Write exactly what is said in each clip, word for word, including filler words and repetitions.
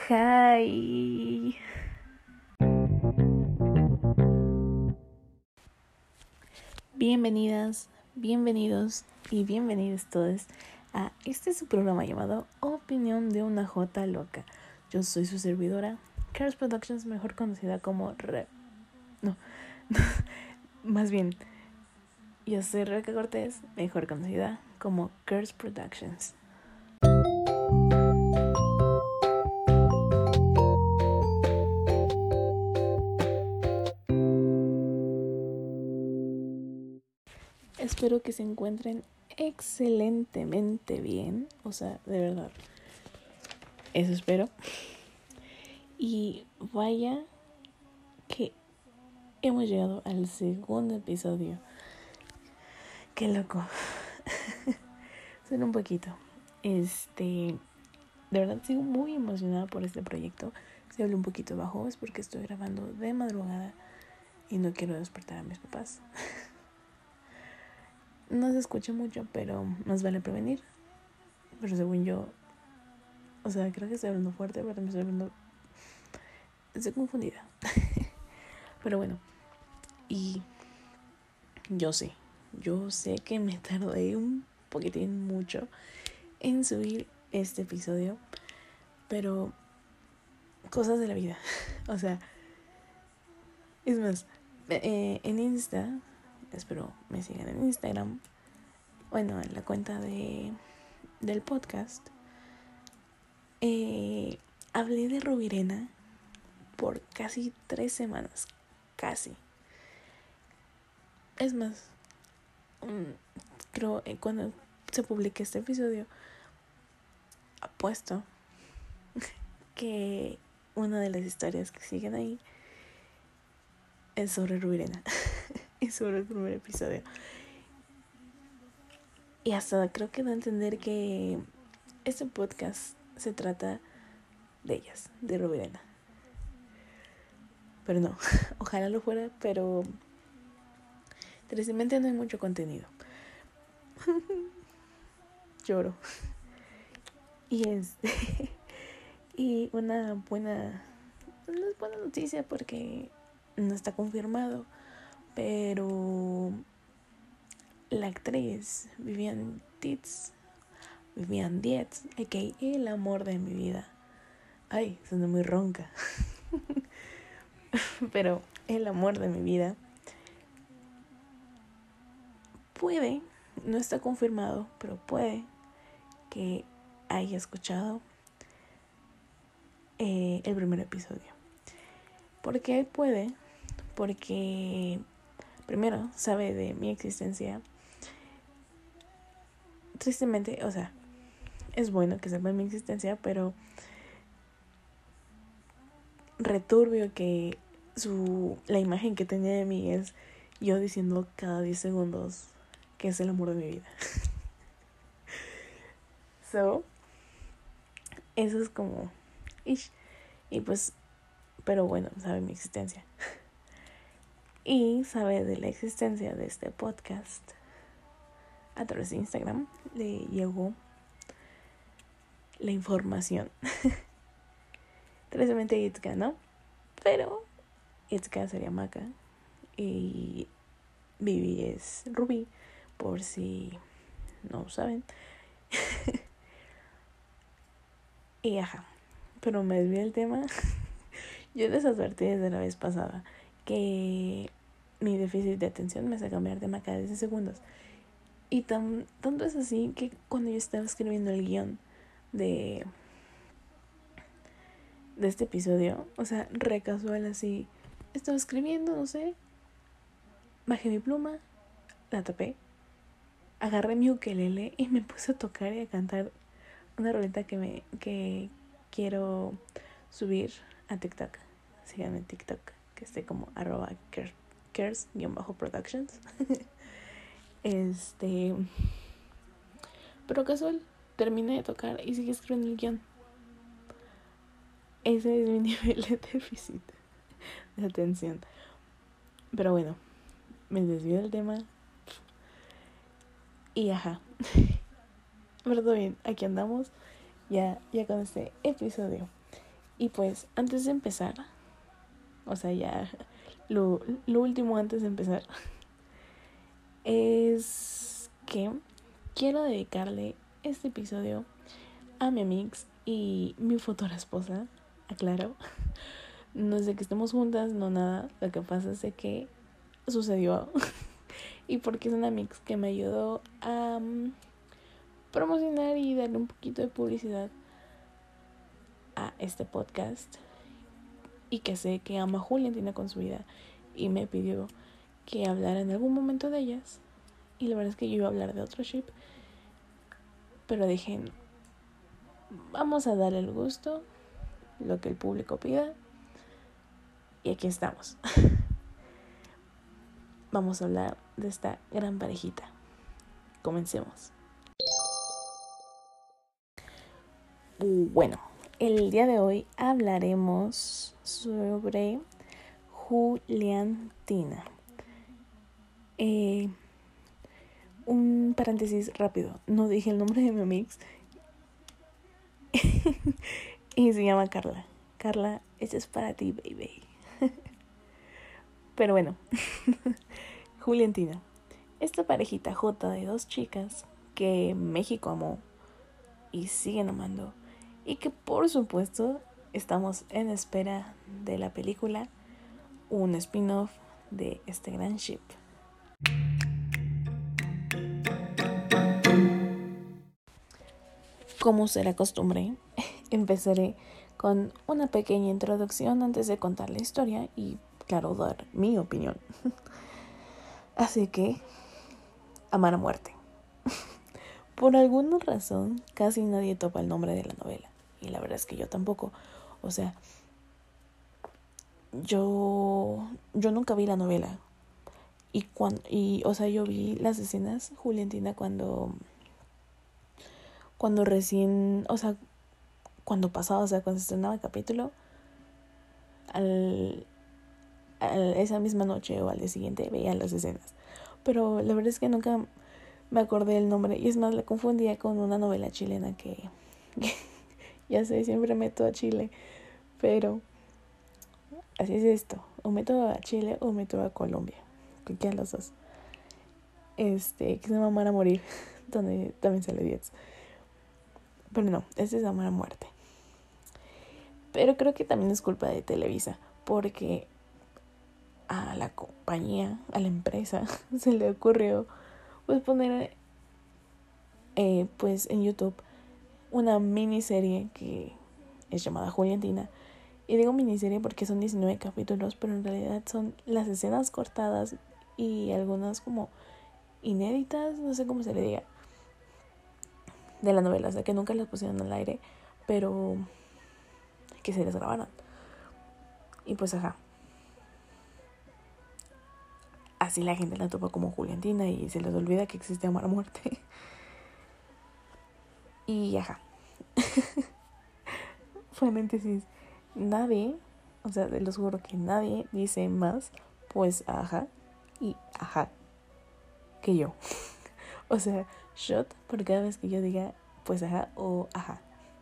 Hi. Bienvenidas, bienvenidos y bienvenidos todos a este su programa llamado Opinión de una Jota Loca. Yo soy su servidora, Cares Productions, mejor conocida como Re... No, más bien, yo soy Rebeca Cortés, mejor conocida como Cares Productions. Espero que se encuentren excelentemente bien, o sea, de verdad, eso espero. Y vaya que hemos llegado al segundo episodio. Qué loco. Suena un poquito. Este, de verdad sigo muy emocionada por este proyecto. Si hablo un poquito bajo es porque estoy grabando de madrugada y no quiero despertar a mis papás. No se escucha mucho, pero más vale prevenir. Pero según yo, o sea, creo que estoy hablando fuerte, pero me estoy hablando... Estoy confundida. Pero bueno, y yo sé, yo sé que me tardé un poquitín mucho en subir este episodio, pero cosas de la vida. O sea, es más, eh, en Insta, espero me sigan en Instagram, bueno, en la cuenta de del podcast, eh, hablé de Rubirena por casi tres semanas, casi. Es más, um, creo que cuando se publique este episodio, apuesto que una de las historias que siguen ahí es sobre Rubirena. Es sobre el primer episodio. Y hasta creo que da a entender que este podcast se trata de ellas, de Rubirena. Pero no, ojalá lo fuera, pero tristemente no hay mucho contenido. Lloro. Y este y una buena no es buena noticia porque no está confirmado, pero la actriz Vivian Dietz, Vivian Dietz, a k a el amor de mi vida. Ay, suena muy ronca. Pero el amor de mi vida puede, no está confirmado, pero puede que haya escuchado eh, el primer episodio. ¿Por qué puede? Porque primero sabe de mi existencia. Tristemente, o sea, es bueno que sepa de mi existencia, pero returbio que su la imagen que tenía de mí es yo diciendo cada diez segundos que es el amor de mi vida. So, eso es como ish. Y pues, pero bueno, sabe mi existencia. Y sabe de la existencia de este podcast a través de Instagram. Le llegó la información. Tristemente Itzka, ¿no? Pero Itzka sería Maca y Vivi es Rubí, por si no saben. Y ajá, pero me desvié del tema. Yo les advertí desde la vez pasada que mi déficit de atención me hace cambiar de tema cada diez segundos. Y tan, tanto es así que cuando yo estaba escribiendo el guión de, de este episodio, o sea, re casual así, estaba escribiendo, no sé, bajé mi pluma, la tapé, agarré mi ukelele y me puse a tocar y a cantar una roleta que me que quiero subir a TikTok. Síganme en TikTok, que esté como arroba cares-productions. Este, pero casual, terminé de tocar y sigue escribiendo el guión. Ese es mi nivel de déficit de atención. Pero bueno, me desvío del tema. Y ajá. Pero todo bien, aquí andamos ya, ya con este episodio. Y pues antes de empezar, o sea, ya lo, lo último antes de empezar, es que quiero dedicarle este episodio a mi amix y mi futura esposa, aclaro. No es de que estemos juntas, no nada. Lo que pasa es de que sucedió. Y porque es una mix que me ayudó a um, promocionar y darle un poquito de publicidad a este podcast. Y que sé que ama a Juliantina con su vida. Y me pidió que hablara en algún momento de ellas. Y la verdad es que yo iba a hablar de otro ship. Pero dije, vamos a darle el gusto, lo que el público pida. Y aquí estamos. Vamos a hablar de esta gran parejita. Comencemos. Bueno, el día de hoy hablaremos sobre Juliantina. Eh, un paréntesis rápido. No dije el nombre de mi amix. Y se llama Carla. Carla, esto es para ti, baby. Pero bueno, Juliantina. Esta parejita jota de dos chicas que México amó y siguen amando. Y que por supuesto estamos en espera de la película, un spin-off de este gran ship. Como será costumbre, empezaré con una pequeña introducción antes de contar la historia y, claro, dar mi opinión. Así que, amar a muerte. Por alguna razón, casi nadie topa el nombre de la novela. Y la verdad es que yo tampoco. O sea, yo, yo nunca vi la novela. Y, cuando, y, o sea, yo vi las escenas, Juliantina, cuando... Cuando recién... O sea, cuando pasaba, o sea, cuando se estrenaba el capítulo, al, al, esa misma noche o al día siguiente veía las escenas. Pero la verdad es que nunca me acordé el nombre. Y es más, la confundía con una novela chilena que... que ya sé, siempre meto a Chile. Pero así es esto. O meto a Chile o meto a Colombia. Cualquiera de los dos. Este, que se llama Amar a Morir. Donde también sale Diez. Pero no, este es Amar a Muerte. Pero creo que también es culpa de Televisa. Porque a la compañía, a la empresa, se le ocurrió pues poner eh, pues en YouTube una miniserie que es llamada Juliantina. Y digo miniserie porque son diecinueve capítulos, pero en realidad son las escenas cortadas y algunas como inéditas, no sé cómo se le diga, de la novela. O sea, que nunca las pusieron al aire, pero que se les grabaron. Y pues ajá. Así la gente la topa como Juliantina y se les olvida que existe Amar a Muerte. Y ajá. Paréntesis. Nadie, o sea, te los juro que nadie dice más, pues ajá y ajá que yo. O sea, shot por cada vez que yo diga pues ajá o ajá.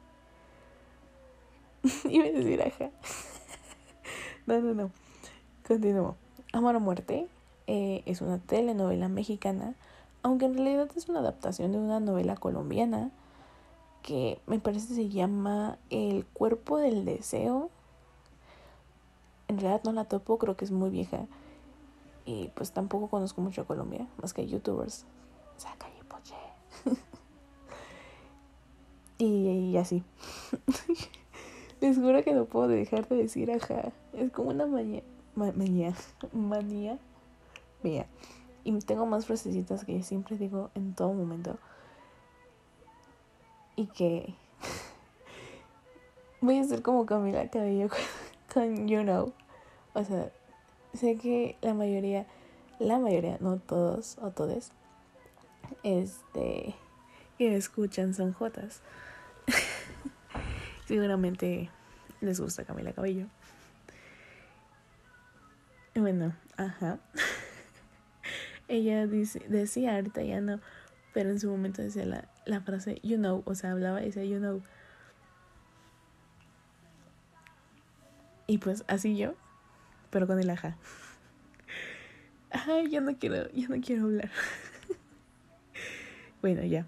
Iba a decir ajá. No, no, no. Continúo. Amor o Muerte eh, es una telenovela mexicana, aunque en realidad es una adaptación de una novela colombiana que me parece se llama El Cuerpo del Deseo. En realidad no la topo, creo que es muy vieja. Y pues tampoco conozco mucho a Colombia, más que youtubers. Saca y poche. y, y así. Les juro que no puedo dejar de decir ajá. Es como una maña. Ma- manía. Manía. Mía. Y tengo más frasecitas que siempre digo en todo momento. Y que voy a ser como Camila Cabello con, con You Know. O sea, sé que la mayoría, la mayoría, no todos o todes, este, que me escuchan son jotas. Seguramente les gusta Camila Cabello. Bueno, ajá. Ella dice, decía, ahorita ya no, pero en su momento decía la, la frase you know, o sea, hablaba y decía you know. Y pues así yo, pero con el ajá. Ay, ya no quiero, ya no quiero hablar. Bueno, ya.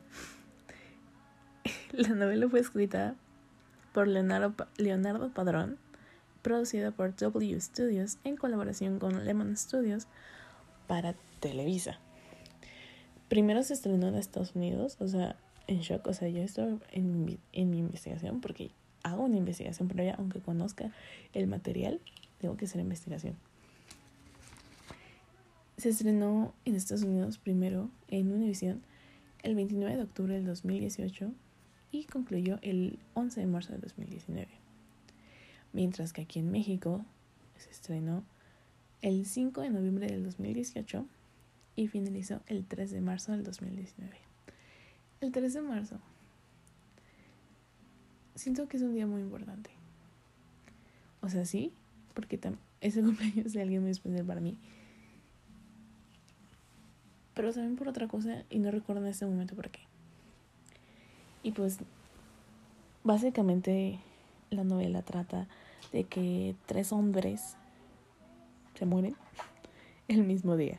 La novela fue escrita por Leonardo, Leonardo Padrón, producida por W Studios en colaboración con Lemon Studios para Televisa. Primero se estrenó en Estados Unidos, o sea, en shock, o sea, yo estoy en mi, en mi investigación porque hago una investigación previa, aunque conozca el material, tengo que hacer investigación. Se estrenó en Estados Unidos primero en Univision el veintinueve de octubre del dos mil dieciocho y concluyó el once de marzo del dos mil diecinueve. Mientras que aquí en México se estrenó el cinco de noviembre del dos mil dieciocho y finalizó el tres de marzo del dos mil diecinueve. El tres de marzo. Siento que es un día muy importante. O sea, sí, porque tam- es el cumpleaños de alguien muy especial para mí. Pero también por otra cosa, y no recuerdo en este momento por qué. Y pues, básicamente, la novela trata de que tres hombres se mueren el mismo día.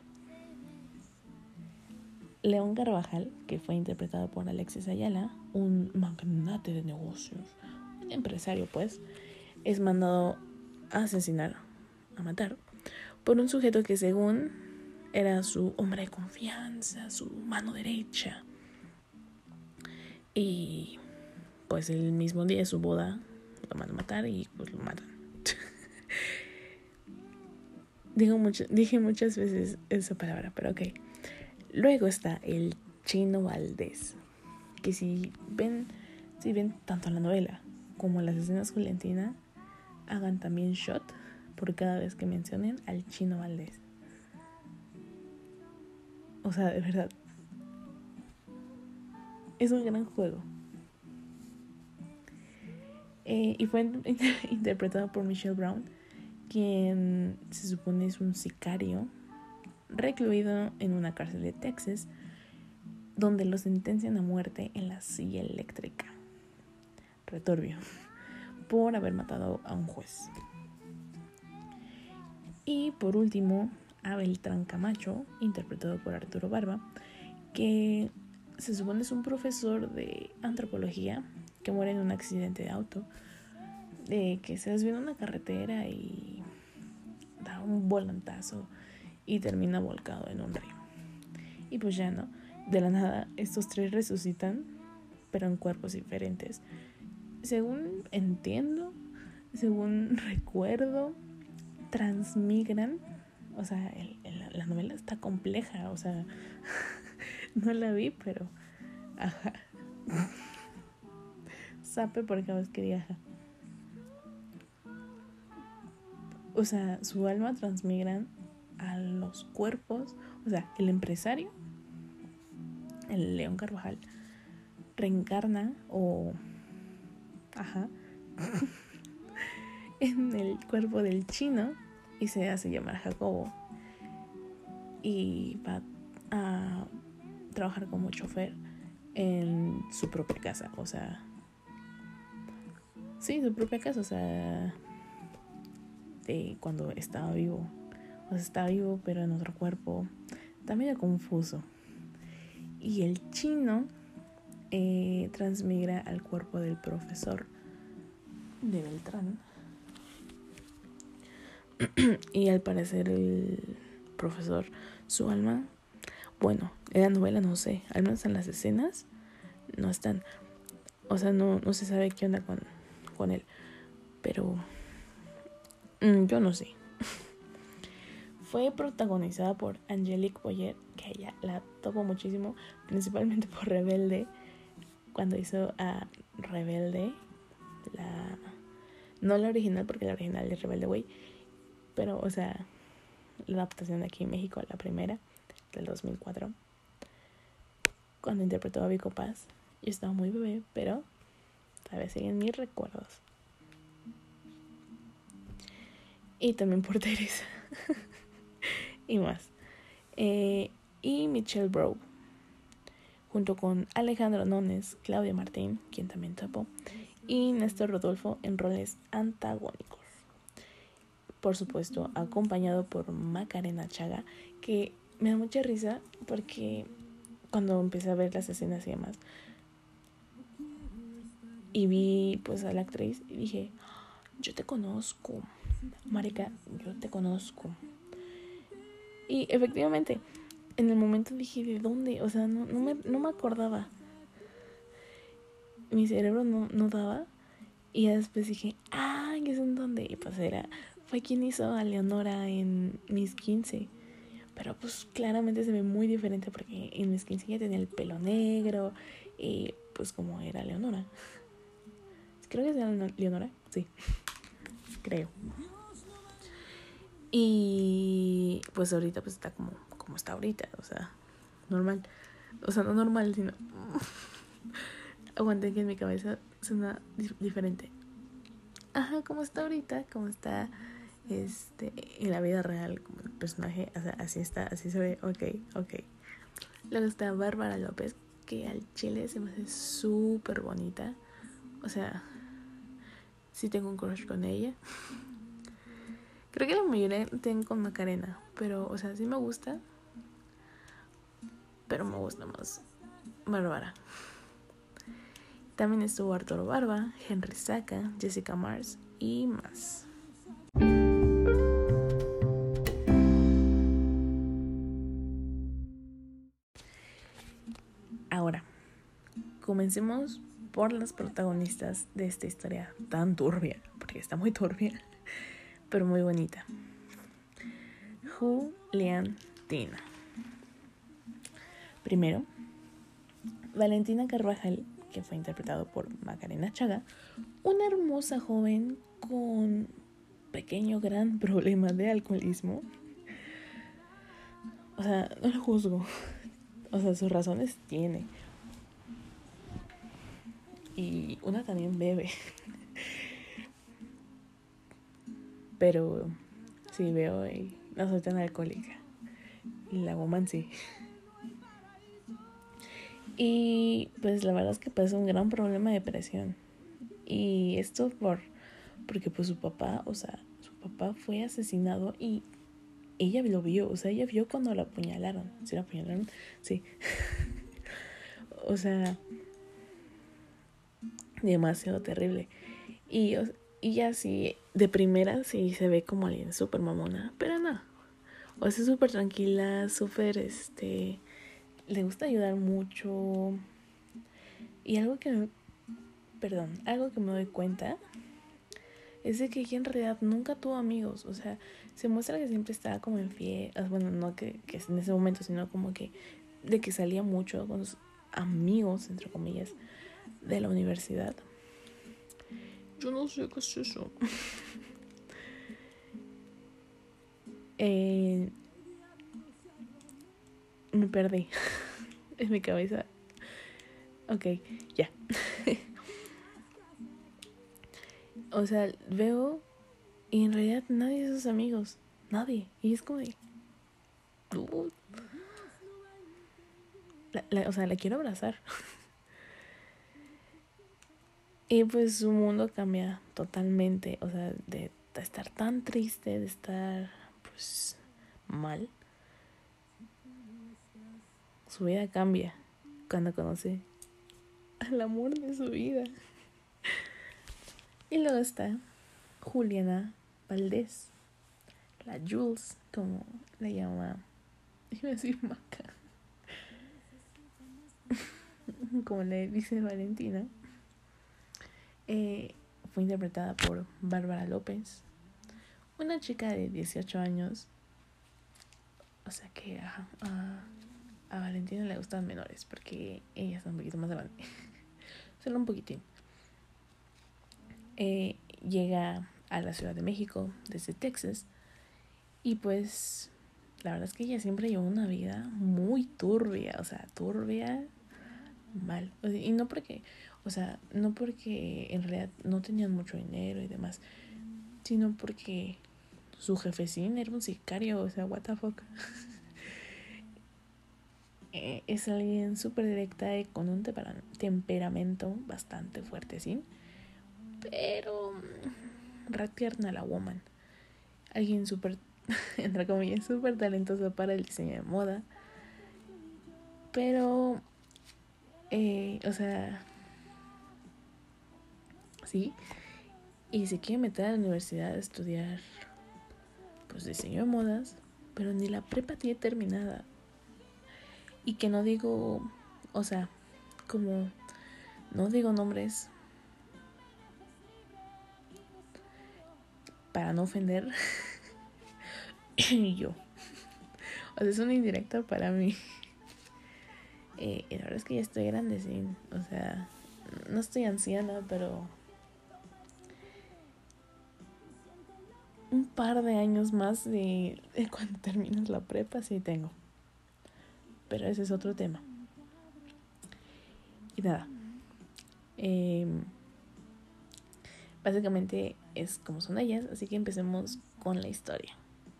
León Carvajal, que fue interpretado por Alexis Ayala, un magnate de negocios, un empresario pues, es mandado a asesinar, a matar, por un sujeto que según era su hombre de confianza, su mano derecha. Y pues el mismo día de su boda lo mandan a matar y pues lo matan. Digo mucho, dije muchas veces esa palabra, pero ok. Luego está el Chino Valdés, que si ven, si ven tanto la novela como las escenas con Valentina, hagan también shot por cada vez que mencionen al Chino Valdés. O sea, de verdad, es un gran juego. Eh, y fue inter- interpretado por Michelle Brown, quien se supone es un sicario recluido en una cárcel de Texas, donde lo sentencian a muerte en la silla eléctrica. Returbio. Por haber matado a un juez. Y por último, a Beltrán Camacho, interpretado por Arturo Barba, que se supone es un profesor de antropología que muere en un accidente de auto, de que se desvía en una carretera y da un volantazo y termina volcado en un río. Y pues ya no, de la nada estos tres resucitan, pero en cuerpos diferentes. Según entiendo, según recuerdo, transmigran. O sea, el, el, la novela está compleja, o sea, no la vi, pero ajá. Sape por cada vez que diga ajá. O sea, su alma transmigran a los cuerpos. O sea, el empresario, el León Carvajal, reencarna o ajá en el cuerpo del chino y se hace llamar Jacobo y va a trabajar como chofer en su propia casa, o sea, sí, su propia casa, o sea, de cuando estaba vivo, o sea, estaba vivo pero en otro cuerpo, está medio confuso. Y el chino eh, transmigra al cuerpo del profesor de Beltrán. Y al parecer el profesor, su alma, bueno, en la novela no sé, al menos en las escenas no están, o sea, no, no se sabe qué onda con, con él, pero mmm, yo no sé. Fue protagonizada por Angelique Boyer, que ella la topo muchísimo, principalmente por Rebelde, cuando hizo a Rebelde, la no la original, porque la original es Rebelde Way, pero, o sea, la adaptación de aquí en México, la primera, del dos mil cuatro, cuando interpretó a Vico Paz. Yo estaba muy bebé, pero todavía siguen mis recuerdos. Y también por Teresa. Y más. Eh, y Michelle Brough, junto con Alejandro Nones, Claudia Martín, quien también tapó, y Néstor Rodolfo en roles antagónicos. por supuesto, acompañado por Macarena Chaga, que me da mucha risa porque cuando empecé a ver las escenas y demás, y vi pues a la actriz y dije, yo te conozco, marica, yo te conozco. Y efectivamente, en el momento dije, ¿de dónde? O sea, no, no, me, no me acordaba. Mi cerebro no, no daba. Y después dije, ah, ¿qué es en dónde? Y pues era, fue quien hizo a Leonora en Mis quince. Pero pues claramente se ve muy diferente porque en Mis quince ya tenía el pelo negro. Y pues como era Leonora. Creo que es Leonora, sí, creo. Y pues ahorita pues está como, como está ahorita, o sea, normal. O sea, no normal, sino... Aguanten que en mi cabeza suena dif- diferente. Ajá, como está ahorita, como está este en la vida real, como el personaje, o sea, así está, así se ve, ok, ok. Luego está Bárbara López, que al chile se me hace súper bonita. O sea, sí tengo un crush con ella. Creo que la mayoría tengo con Macarena, pero, o sea, sí me gusta, pero me gusta más Bárbara. También estuvo Arturo Barba, Henry Saca, Jessica Mars y más. Ahora, comencemos por las protagonistas de esta historia tan turbia, porque está muy turbia, pero muy bonita. Julián Tina. Primero, Valentina Carvajal, que fue interpretado por Macarena Chaga, una hermosa joven con pequeño gran problema de alcoholismo. O sea, no lo juzgo. O sea, sus razones tiene. Y una también bebe. Pero sí veo y no soy tan alcohólica. Y la woman sí. Y pues la verdad es que pasa un gran problema de depresión. Y esto por porque pues su papá, o sea, su papá fue asesinado y ella lo vio, o sea, ella vio cuando la apuñalaron. ¿Sí la apuñalaron? Sí. O sea, demasiado terrible. Y, y ya sí, de primera sí se ve como alguien súper mamona, pero no. O sea, súper tranquila, súper, este, le gusta ayudar mucho. Y algo que me, perdón, algo que me doy cuenta es de que ella en realidad nunca tuvo amigos. O sea, se muestra que siempre estaba como en fiestas, bueno, no que, que en ese momento, sino como que de que salía mucho con sus amigos, entre comillas, de la universidad. Yo no sé qué es eso. eh, me perdí en mi cabeza. Ok, ya. O sea, veo y en realidad nadie de sus amigos, nadie. Y es como de... Uh, la, la, o sea, la quiero abrazar. Y pues su mundo cambia totalmente. O sea, de, de estar tan triste, de estar pues mal, su vida cambia cuando conoce al amor de su vida. Y luego está Juliana Valdés, la Jules, como la llama, iba a decir Maca, como le dice Valentina. Eh, fue interpretada por Bárbara López, una chica de dieciocho años. O sea que a, a, a Valentina le gustan menores porque ella está un poquito más grande. Solo un poquitín. Eh, llega a la Ciudad de México desde Texas y pues la verdad es que ella siempre llevó una vida muy turbia, o sea, turbia mal. O sea, y no porque, o sea, no porque en realidad no tenían mucho dinero y demás, sino porque su jefecín era un sicario, o sea, what the fuck. eh, es alguien súper directa y con un tempera- temperamento bastante fuerte, ¿sí? Pero re tierna la woman. alguien súper, entre comillas, súper talentoso para el diseño de moda. Pero, eh, o sea, sí. Y se quiere meter a la universidad a estudiar, pues, diseño de modas. Pero ni la prepa tiene terminada. Y que no digo, o sea, como, no digo nombres para no ofender. Y yo. O sea, es una indirecta para mí. Eh, y la verdad es que ya estoy grande, sí. O sea, no estoy anciana, pero un par de años más de, de cuando terminas la prepa sí tengo. Pero ese es otro tema. Y nada. Eh, básicamente es como son ellas, así que empecemos con la historia.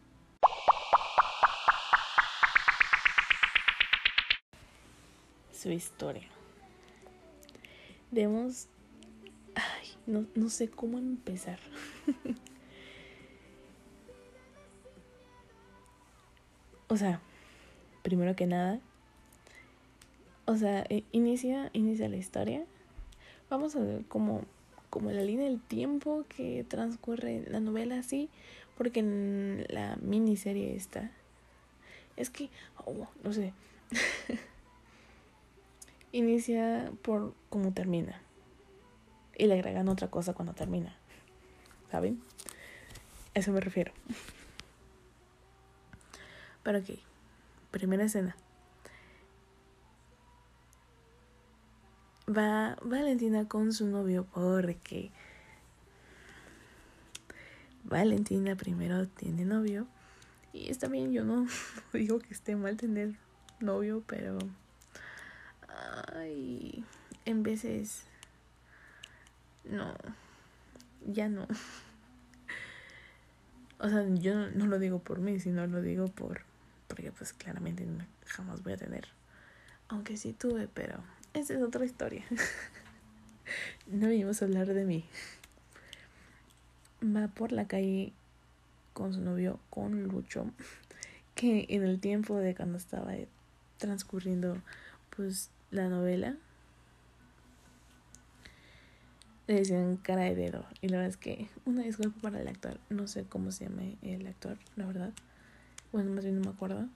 Su historia. Debemos... Ay, no, no sé cómo empezar. O sea, primero que nada, o sea, eh, inicia, inicia la historia. Vamos a ver como, como la línea del tiempo que transcurre la novela así, porque en la miniserie esta, es que, oh, no sé, inicia por cómo termina y le agregan otra cosa cuando termina, ¿saben? A eso me refiero. Pero ok, primera escena. Va Valentina con su novio porque Valentina primero tiene novio. Y está bien, yo no digo que esté mal tener novio, pero ay, en veces no, ya no. O sea, yo no, no lo digo por mí, sino lo digo por porque pues claramente no, jamás voy a tener. Aunque sí tuve, pero esa es otra historia. No venimos a hablar de mí. Va por la calle con su novio, con Lucho, que en el tiempo de cuando estaba transcurriendo pues la novela le decían cara de dedo. Y la verdad es que una disculpa para el actor, no sé cómo se llama el actor, la verdad. Bueno, más bien no me acuerdo.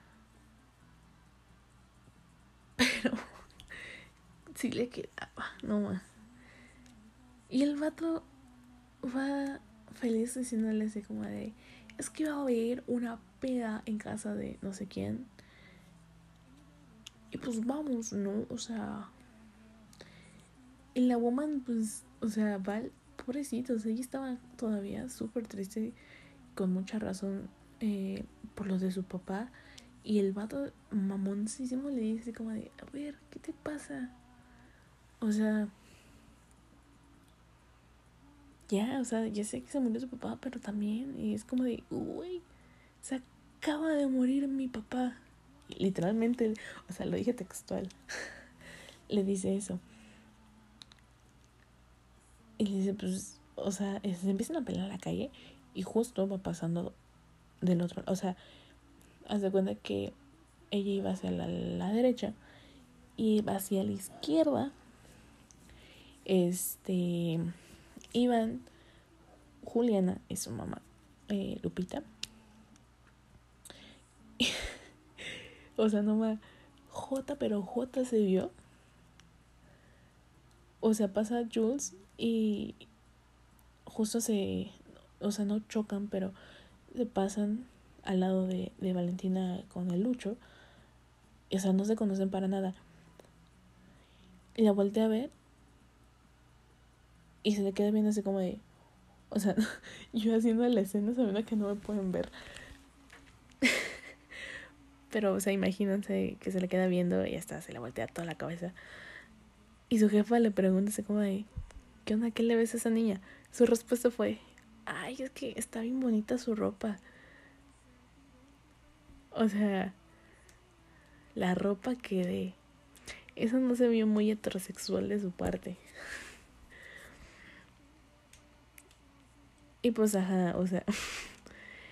Pero sí le quedaba, no más. Y el vato va feliz diciéndole así como de, es que va a haber una peda en casa de no sé quién. Y pues vamos, ¿no? O sea... Y la woman, pues, o sea, Val, pobrecito, o sea, ella estaba todavía súper triste, con mucha razón, eh, por los de su papá. Y el vato mamoncísimo le dice como de, a ver, ¿qué te pasa? O sea, ya, o sea, ya sé que se murió su papá, pero también, y es como de, uy, se acaba de morir mi papá. Y literalmente, o sea, lo dije textual, le dice eso. Y le dice, pues, o sea, se empiezan a pelear en la calle y justo va pasando del otro, o sea, haz de cuenta que ella iba hacia la, la derecha y iba hacia la izquierda. Este, iban Juliana y su mamá, eh, Lupita. O sea, no más J, pero J se vio. O sea, pasa Jules y justo se, o sea, no chocan, pero se pasan al lado de, de Valentina con el Lucho. O sea, no se conocen para nada. Y la volteé a ver y se le queda viendo así como de, o sea, yo haciendo la escena sabiendo que no me pueden ver. Pero, o sea, imagínense que se le queda viendo y hasta se le voltea toda la cabeza. Y su jefa le pregunta así como de, ¿qué onda? ¿Qué le ves a esa niña? Su respuesta fue, ay, es que está bien bonita su ropa. O sea, la ropa que de... Eso no se vio muy heterosexual de su parte. Y pues, ajá, o sea,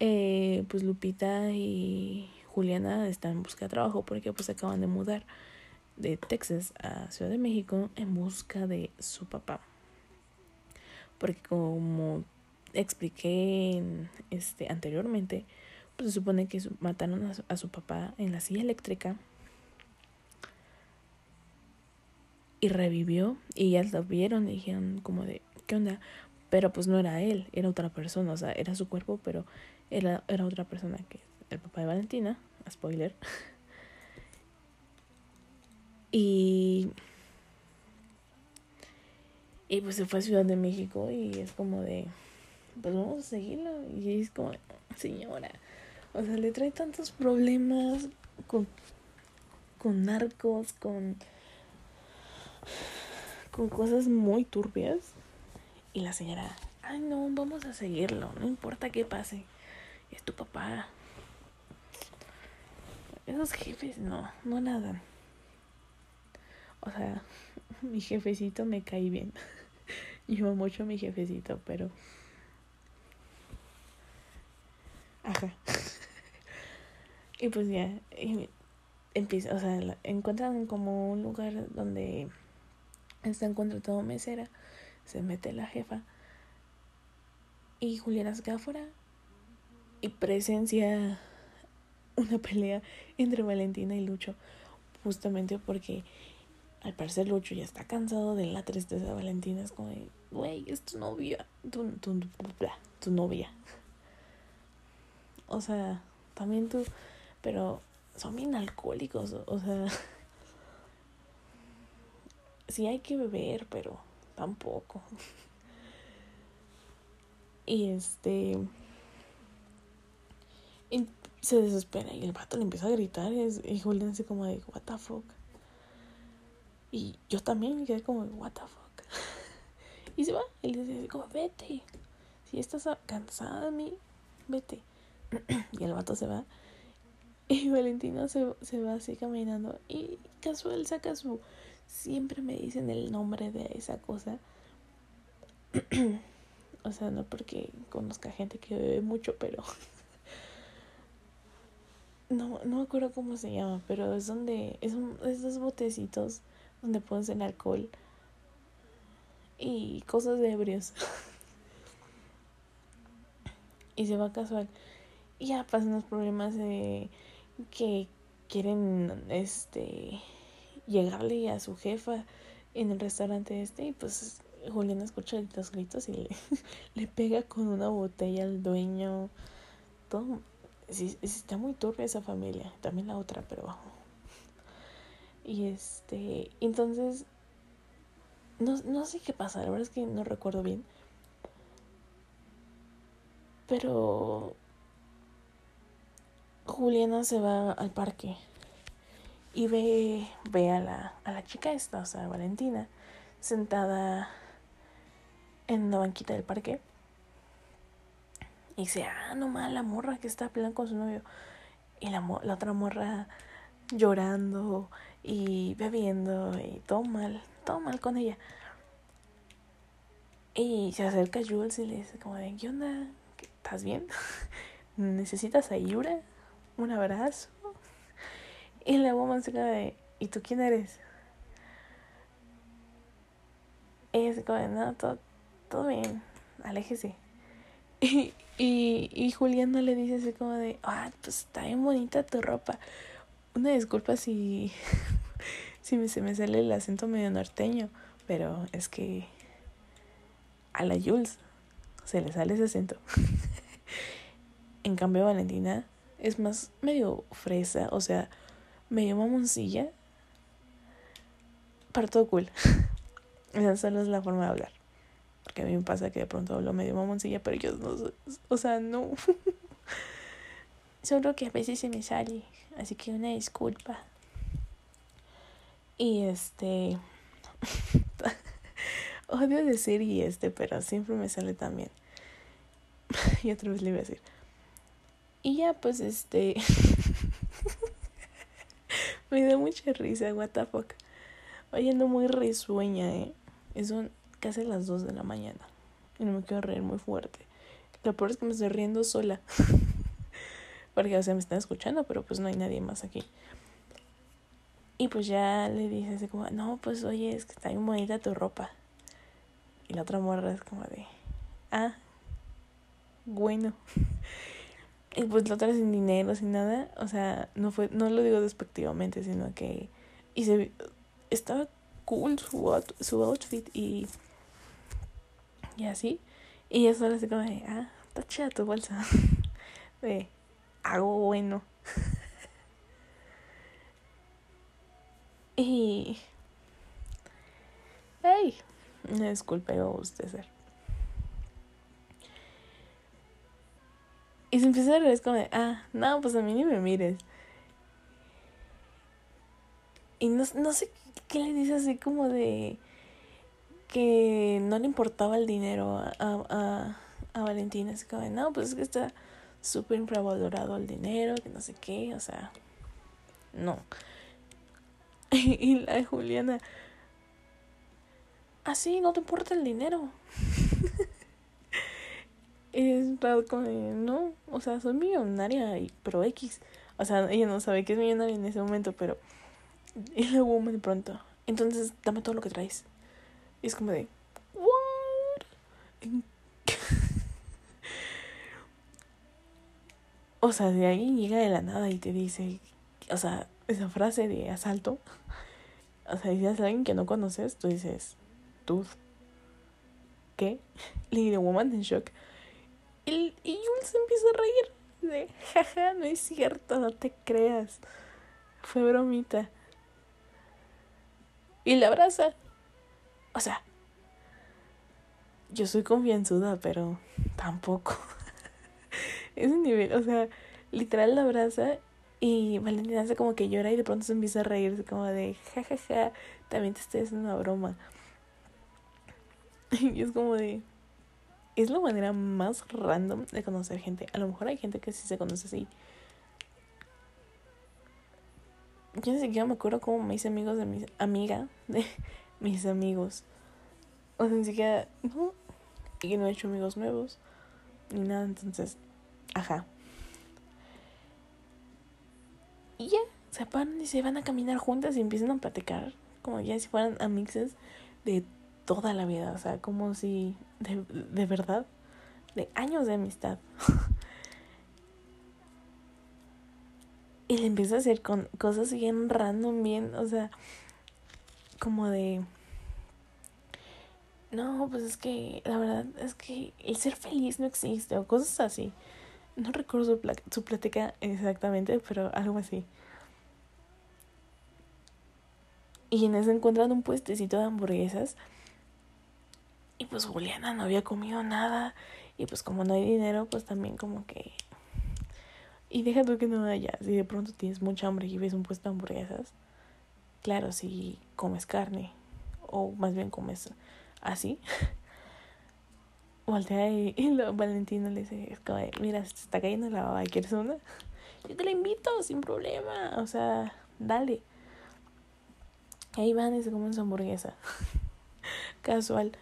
eh, pues Lupita y Juliana están en busca de trabajo porque pues se acaban de mudar de Texas a Ciudad de México en busca de su papá. Porque como expliqué en, este, anteriormente, pues se supone que su, mataron a su, a su papá en la silla eléctrica y revivió y ya lo vieron y dijeron como de, ¿qué onda? Pero pues no era él, era otra persona, o sea, era su cuerpo, pero era, era otra persona que es el papá de Valentina, spoiler. Y, y pues se fue a Ciudad de México y es como de, pues vamos a seguirlo. Y es como, señora, o sea, le trae tantos problemas con, con narcos, con, con cosas muy turbias. Y la señora, ay no, vamos a seguirlo, no importa qué pase, es tu papá. Esos jefes no, no nadan. O sea, mi jefecito me cae bien. Yo amo mucho a mi jefecito, pero... Ajá. Y pues ya, y empieza, o sea, encuentran como un lugar donde están contratando mesera. Se mete la jefa. Y Juliana se queda afuera. Y presencia una pelea entre Valentina y Lucho. Justamente porque al parecer Lucho ya está cansado de la tristeza de Valentina. Es como de, güey, es tu novia. Tu, tu, tu, tu novia. O sea, también tú. Pero son bien alcohólicos. O sea, sí hay que beber, pero tampoco. Y este... Y se desespera y el vato le empieza a gritar. Y Julián así como de, what the fuck. Y yo también me quedé como, what the fuck. Y se va. Y le dice como, vete. Si estás cansada de mí, vete. Y el vato se va. Y Valentino se, se va así caminando. Y casual saca su... Siempre me dicen el nombre de esa cosa. O sea, no porque conozca gente que bebe mucho, pero... No, no me acuerdo cómo se llama, pero es donde... Es un, esos botecitos donde pones el alcohol y cosas de ebrios. Y se va casual. Y ya pasan los problemas de que quieren este llegarle a su jefa en el restaurante este. Y pues Julián escucha los gritos y le, le pega con una botella al dueño. Todo. Sí, está muy turbia esa familia. También la otra, pero... Y este... Entonces... No, no sé qué pasa. La verdad es que no recuerdo bien. Pero... Juliana se va al parque y ve, ve a, la, a la chica esta, o sea, Valentina, sentada en una banquita del parque. Y dice, ah, no mal, la morra que está peleando con su novio. Y la, la otra morra llorando y bebiendo y todo mal, todo mal con ella. Y se acerca a Jules y le dice como de, ¿qué onda? ¿Estás bien? ¿Necesitas ayuda? ¿Un abrazo? Y la woman se queda de, ¿y tú quién eres? Ella se queda de, no, todo, todo bien, aléjese. Y, y, y Juliana le dice así como de, ah, pues está bien bonita tu ropa. Una disculpa si, si me, se me sale el acento medio norteño, pero es que a la Jules se le sale ese acento. En cambio Valentina es más medio fresa, o sea, medio mamoncilla, para todo cool. Esa solo es la forma de hablar. Porque a mí me pasa que de pronto hablo medio mamoncilla, pero yo no, o sea, no. Solo que a veces se me sale, así que una disculpa. Y este... Odio decir y este, pero siempre me sale también. Y otra vez le iba a decir. Y ya, pues este... me da mucha risa, what the fuck. Hoy ando muy risueña, ¿eh? Son casi las dos de la mañana. Y no me quiero reír muy fuerte. Lo peor es que me estoy riendo sola. Porque, o sea, me están escuchando, pero pues no hay nadie más aquí. Y pues ya le dice así como, no, pues oye, es que está bien bonita tu ropa. Y la otra morra es como de, ah, bueno. Y pues la otra sin dinero, sin nada. O sea, no fue, no lo digo despectivamente, sino que... Y se, estaba cool su, out, su outfit y... Y así. Y ella solo así como de, ah, está chida tu bolsa. De, algo bueno. Y... Ay, no disculpe usted ser. Y se empieza a reír, es como de, ah, no, pues a mí ni me mires. Y no, no sé qué le dice así como de que no le importaba el dinero a, a, a Valentina. Así como de, no, pues es que está súper infravalorado el dinero, que no sé qué, o sea, no. Y la Juliana, así, ¿no te importa el dinero? Es raro como de, no, o sea, soy millonaria, y, pero X. O sea, ella no sabe que es millonaria en ese momento, pero... Y luego de pronto, entonces dame todo lo que traes. Y es como de, ¿what? O sea, de alguien llega de la nada y te dice, o sea, esa frase de asalto. O sea, si es alguien que no conoces, tú dices, dude, ¿qué? Lady Woman en shock. Y, y Jules se empieza a reír. De, jaja, no es cierto, no te creas. Fue bromita. Y la abraza. O sea, yo soy confianzuda, pero tampoco. Ese nivel, o sea, literal la abraza y Valentina hace como que llora y de pronto se empieza a reír, como de jajaja, ja, ja, también te estoy haciendo una broma. Y es como de, es la manera más random de conocer gente. A lo mejor hay gente que sí se conoce así. Yo ni siquiera me acuerdo cómo me hice amigos de mis amiga de mis amigos. O sea, ni siquiera, no, y no he hecho amigos nuevos ni nada, entonces, ajá. Y ya, se paran y se van a caminar juntas y empiezan a platicar como ya si fueran amixes de toda la vida, o sea, como si de, de verdad, de años de amistad. Y le empieza a hacer con cosas bien random, bien, o sea, como de, no, pues es que la verdad es que el ser feliz no existe, o cosas así. No recuerdo su, pla- su plática exactamente, pero algo así. Y en eso encuentran un puestecito de hamburguesas. Y pues Juliana no había comido nada. Y pues como no hay dinero, pues también como que... Y deja tú que no haya. Si de pronto tienes mucha hambre y ves un puesto de hamburguesas, claro, si comes carne, o más bien comes así, voltea y, y lo, Valentino le dice, es como de, mira, se está cayendo la baba, ¿quieres una? Yo te la invito, sin problema, o sea, dale. Ahí van y se comen su hamburguesa. Casual.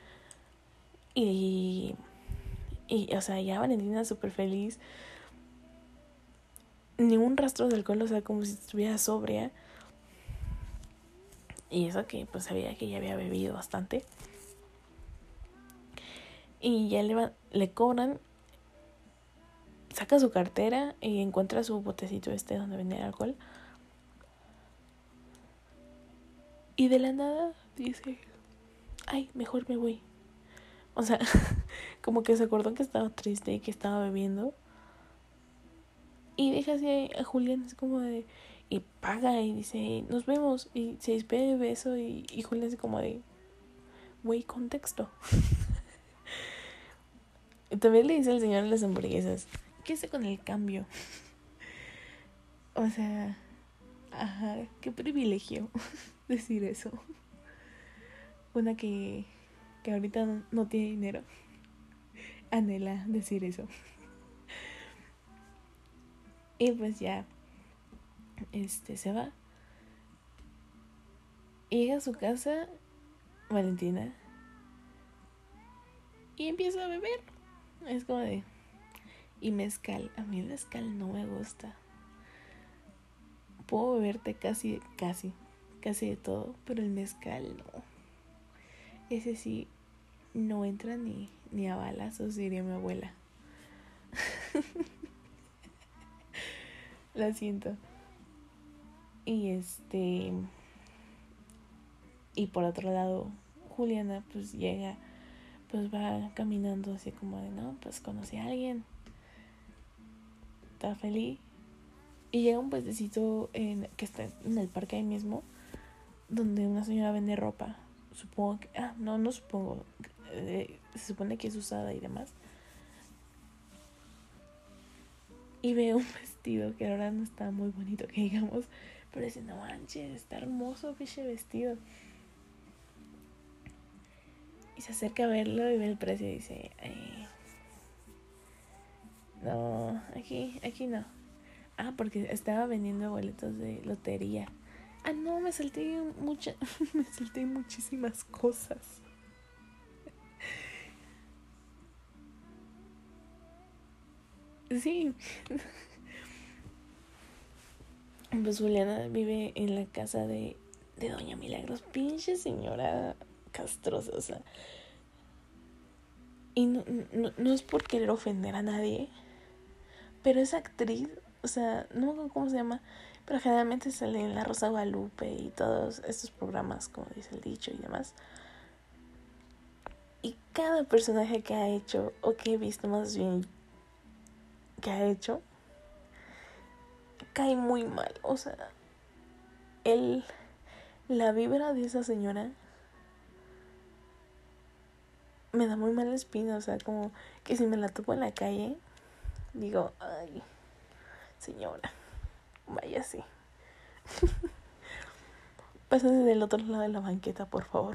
Y, y, o sea, ya Valentina súper feliz. Ni un rastro de alcohol, o sea, como si estuviera sobria. Y eso que pues sabía que ya había bebido bastante. Y ya le, va, le cobran, saca su cartera y encuentra su botecito este donde venía el alcohol. Y de la nada dice, ay, mejor me voy. O sea, como que se acordó que estaba triste y que estaba bebiendo. Y deja así a Julián, es como de... Y paga y dice, nos vemos. Y se despide de beso y, y Julián es como de... Güey, contexto. Y también le dice al señor de las hamburguesas, ¿qué hace con el cambio? O sea, ajá, qué privilegio decir eso. Una que, que ahorita no, no tiene dinero anhela decir eso. Y pues ya, este, se va. Y llega a su casa, Valentina, y empieza a beber. Es como de, Y mezcal, a mí el mezcal no me gusta. Puedo beberte casi, casi, casi de todo, pero el mezcal no. Ese sí no entra ni, ni a balazos, diría mi abuela. Lo siento. Y este... Y por otro lado, Juliana pues llega, pues va caminando así como de, no, pues conocí a alguien. Está feliz. Y llega un puestecito en, que está en el parque ahí mismo, donde una señora vende ropa. Supongo que... Ah, no, no supongo. Eh, se supone que es usada y demás. Y veo un vestido que ahora no está muy bonito, que digamos. Pero dice, no manches, está hermoso ese vestido. Y se acerca a verlo y ve el precio y dice, eh, no, aquí, aquí no. Ah, porque estaba vendiendo boletos de lotería. Ah, no, me salté mucha, me salté muchísimas cosas. Sí. Pues Juliana vive en la casa de, de Doña Milagros. Pinche señora castrosa, o sea. Y no, no, no es por querer ofender a nadie, pero esa actriz, o sea, no me acuerdo cómo se llama, pero generalmente sale en La Rosa Guadalupe y todos estos programas, como dice el dicho y demás. Y cada personaje que ha hecho, o que he visto más bien que ha hecho, cae muy mal. O sea, el, la vibra de esa señora me da muy mala espina. O sea, como que si me la topo en la calle, digo, ay, señora, vaya así. Pásase del otro lado de la banqueta, por favor.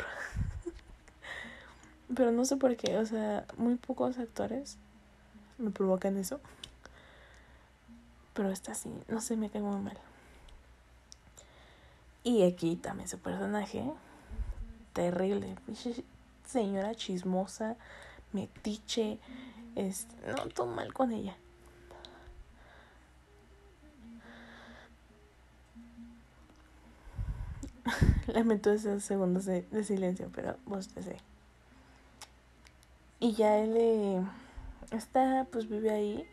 Pero no sé por qué, o sea, muy pocos actores me provocan eso. Pero esta sí, no sé, me cae muy mal. Y aquí también su personaje, terrible, señora chismosa, metiche, es, no, todo mal con ella. Lamento esos segundos de, de silencio, pero vos te sé. Y ya él eh, está, pues vive ahí.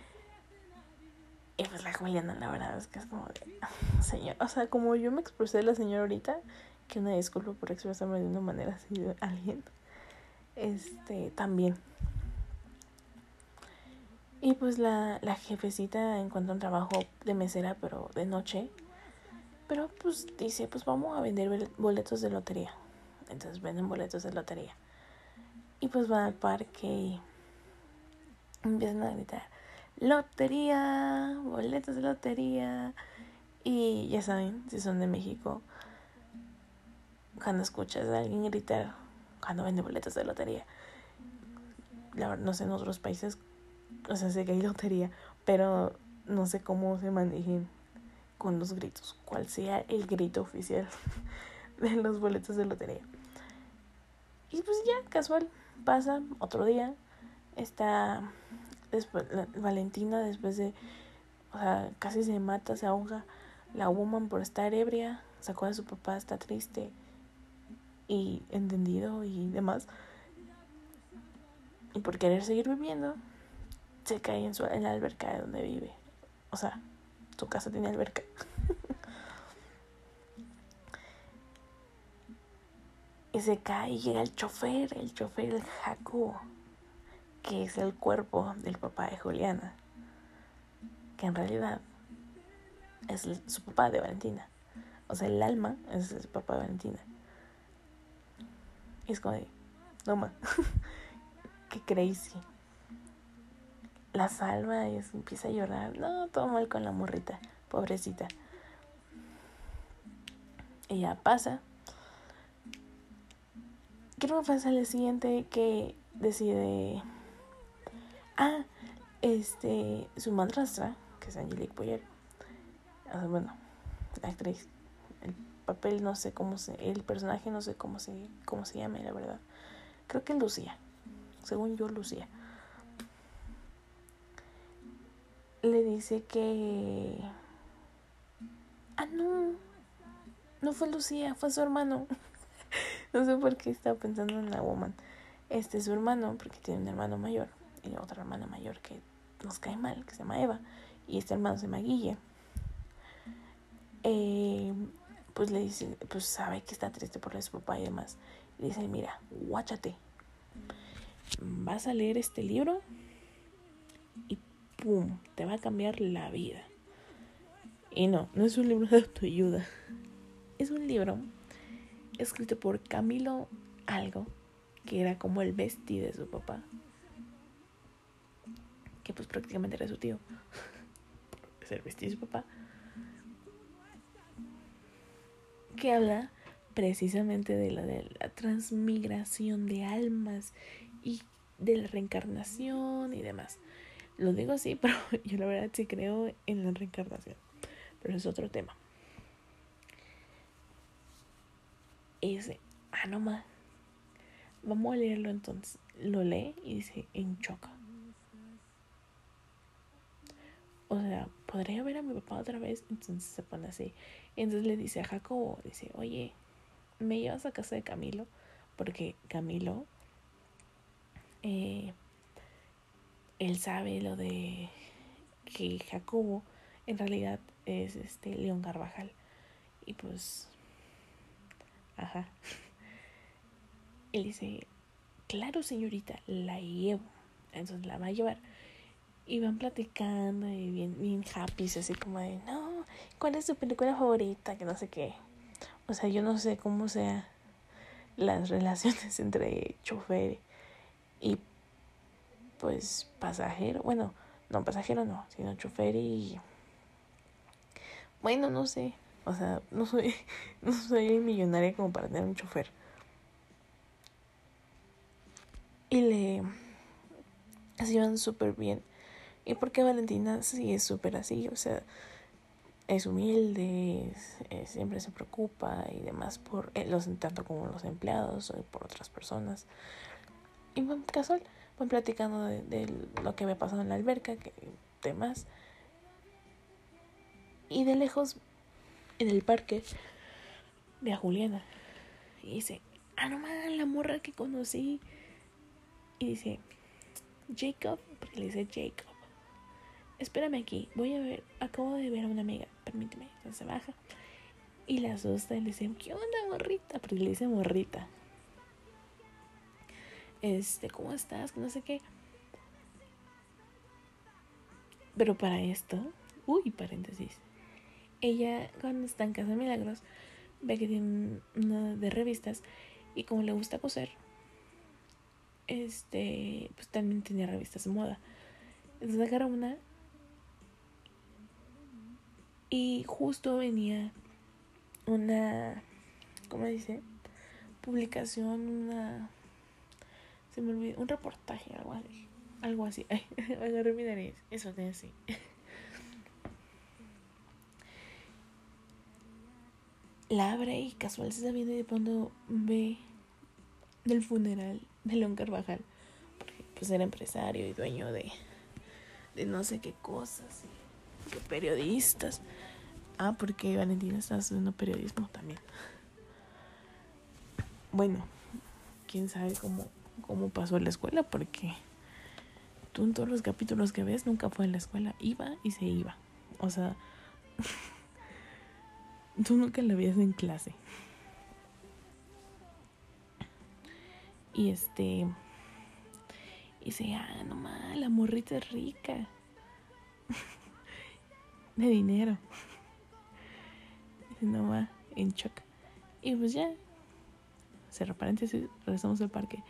Y pues la Juliana, la verdad es que es como de, señor, o sea, como yo me expresé de la señora ahorita, que una disculpa por expresarme de una manera así de alguien, este, también. Y pues la, la jefecita encuentra un trabajo de mesera, pero de noche. Pero pues dice, pues vamos a vender boletos de lotería. Entonces venden boletos de lotería. Y pues van al parque y empiezan a gritar, lotería, boletos de lotería. Y ya saben, si son de México, cuando escuchas a alguien gritar cuando vende boletos de lotería, la verdad, no sé en otros países, o sea, sé que hay lotería, pero no sé cómo se manejen con los gritos, cuál sea el grito oficial de los boletos de lotería. Y pues ya, casual, pasa otro día, está después, la, Valentina después de, o sea, casi se mata, se ahoga, la woman por estar ebria, sacó a su papá, está triste y entendido y demás, y por querer seguir viviendo se cae en, su, en la alberca de donde vive. O sea, su casa tiene alberca. Y se cae y llega el chofer, el chofer, el Jaco, que es el cuerpo del papá de Juliana, que en realidad es el, su papá de Valentina. O sea, el alma es el papá de Valentina. Y es como de, no ma, qué crazy. La salva y empieza a llorar. No, todo mal con la morrita, pobrecita. Ella pasa. Creo que pasa el siguiente que decide... Ah, este, su madrastra, que es Angelique Boyer, o sea, bueno, la actriz, el papel no sé cómo se, el personaje no sé cómo se, cómo se llama, la verdad. Creo que Lucía, según yo Lucía. le dice que... Ah, no, no fue Lucía, fue su hermano. No sé por qué estaba pensando en la woman. Este es su hermano, porque tiene un hermano mayor y otra hermana mayor que nos cae mal, que se llama Eva, y este hermano se llama Guille. Eh, pues le dice, pues sabe que está triste por su papá y demás. Le dice, mira, guáchate, vas a leer este libro y pum, te va a cambiar la vida. Y no, no es un libro de autoayuda. Es un libro escrito por Camilo Algo, que era como el bestie de su papá, que pues prácticamente era su tío, por ser bestie de su papá, que habla precisamente de la, de la transmigración de almas y de la reencarnación y demás. Lo digo así, pero yo la verdad sí creo en la reencarnación, pero es otro tema. Y dice, ah, no más, vamos a leerlo entonces. Lo lee y dice, en choca. O sea, ¿podría ver a mi papá otra vez? Entonces se pone así. Entonces le dice a Jacobo, dice, oye, ¿me llevas a casa de Camilo? Porque Camilo, eh, él sabe lo de que Jacobo en realidad es este León Carvajal. Y pues, ajá. Él dice, claro señorita, la llevo. Entonces la va a llevar. Y van platicando y bien, bien happy, así como de, no, ¿cuál es tu película favorita? Que no sé qué. O sea, yo no sé cómo sea las relaciones entre chofer y pues pasajero. Bueno, no pasajero no, sino chofer y... Bueno, no sé. O sea, no soy, no soy millonaria como para tener un chofer. Y le... se llevan súper bien. Y porque Valentina sí es súper así, o sea, es humilde, es, es, siempre se preocupa y demás por eh, los tanto como los empleados o por otras personas. Y van casual, van platicando de, de lo que había pasado en la alberca, que demás. Y de lejos, en el parque, ve a Juliana. Y dice, ah, no man, la morra que conocí. Y dice, Jacob, porque le dice Jacob. Espérame aquí, voy a ver, acabo de ver a una amiga, permíteme. Entonces se baja y la asusta y le dice, ¿qué onda, morrita? Porque le dice morrita. Este, ¿cómo estás? No sé qué. Pero para esto, uy, paréntesis. Ella, cuando está en Casa de Milagros, ve que tiene una de revistas y como le gusta coser, este, pues también tenía revistas de moda. Entonces agarra una y justo venía una, ¿cómo dice? Publicación, una, se me olvidó, un reportaje, algo así. Algo así. Ay, agarré mi nariz. Eso tiene así. La abre y casual se está viendo y de pronto ve del funeral de León Carvajal. Porque pues era empresario y dueño de, de no sé qué cosas. Que periodistas. Ah, porque Valentina está haciendo periodismo también. Bueno, quién sabe cómo, cómo pasó en la escuela, porque tú en todos los capítulos que ves nunca fue en la escuela. Iba y se iba. O sea, tú nunca la veías en clase. Y este... Y dice, ah, no más, la morrita es rica. De dinero. Dice, no va, en shock. Y pues ya, cerra paréntesis, regresamos al parque.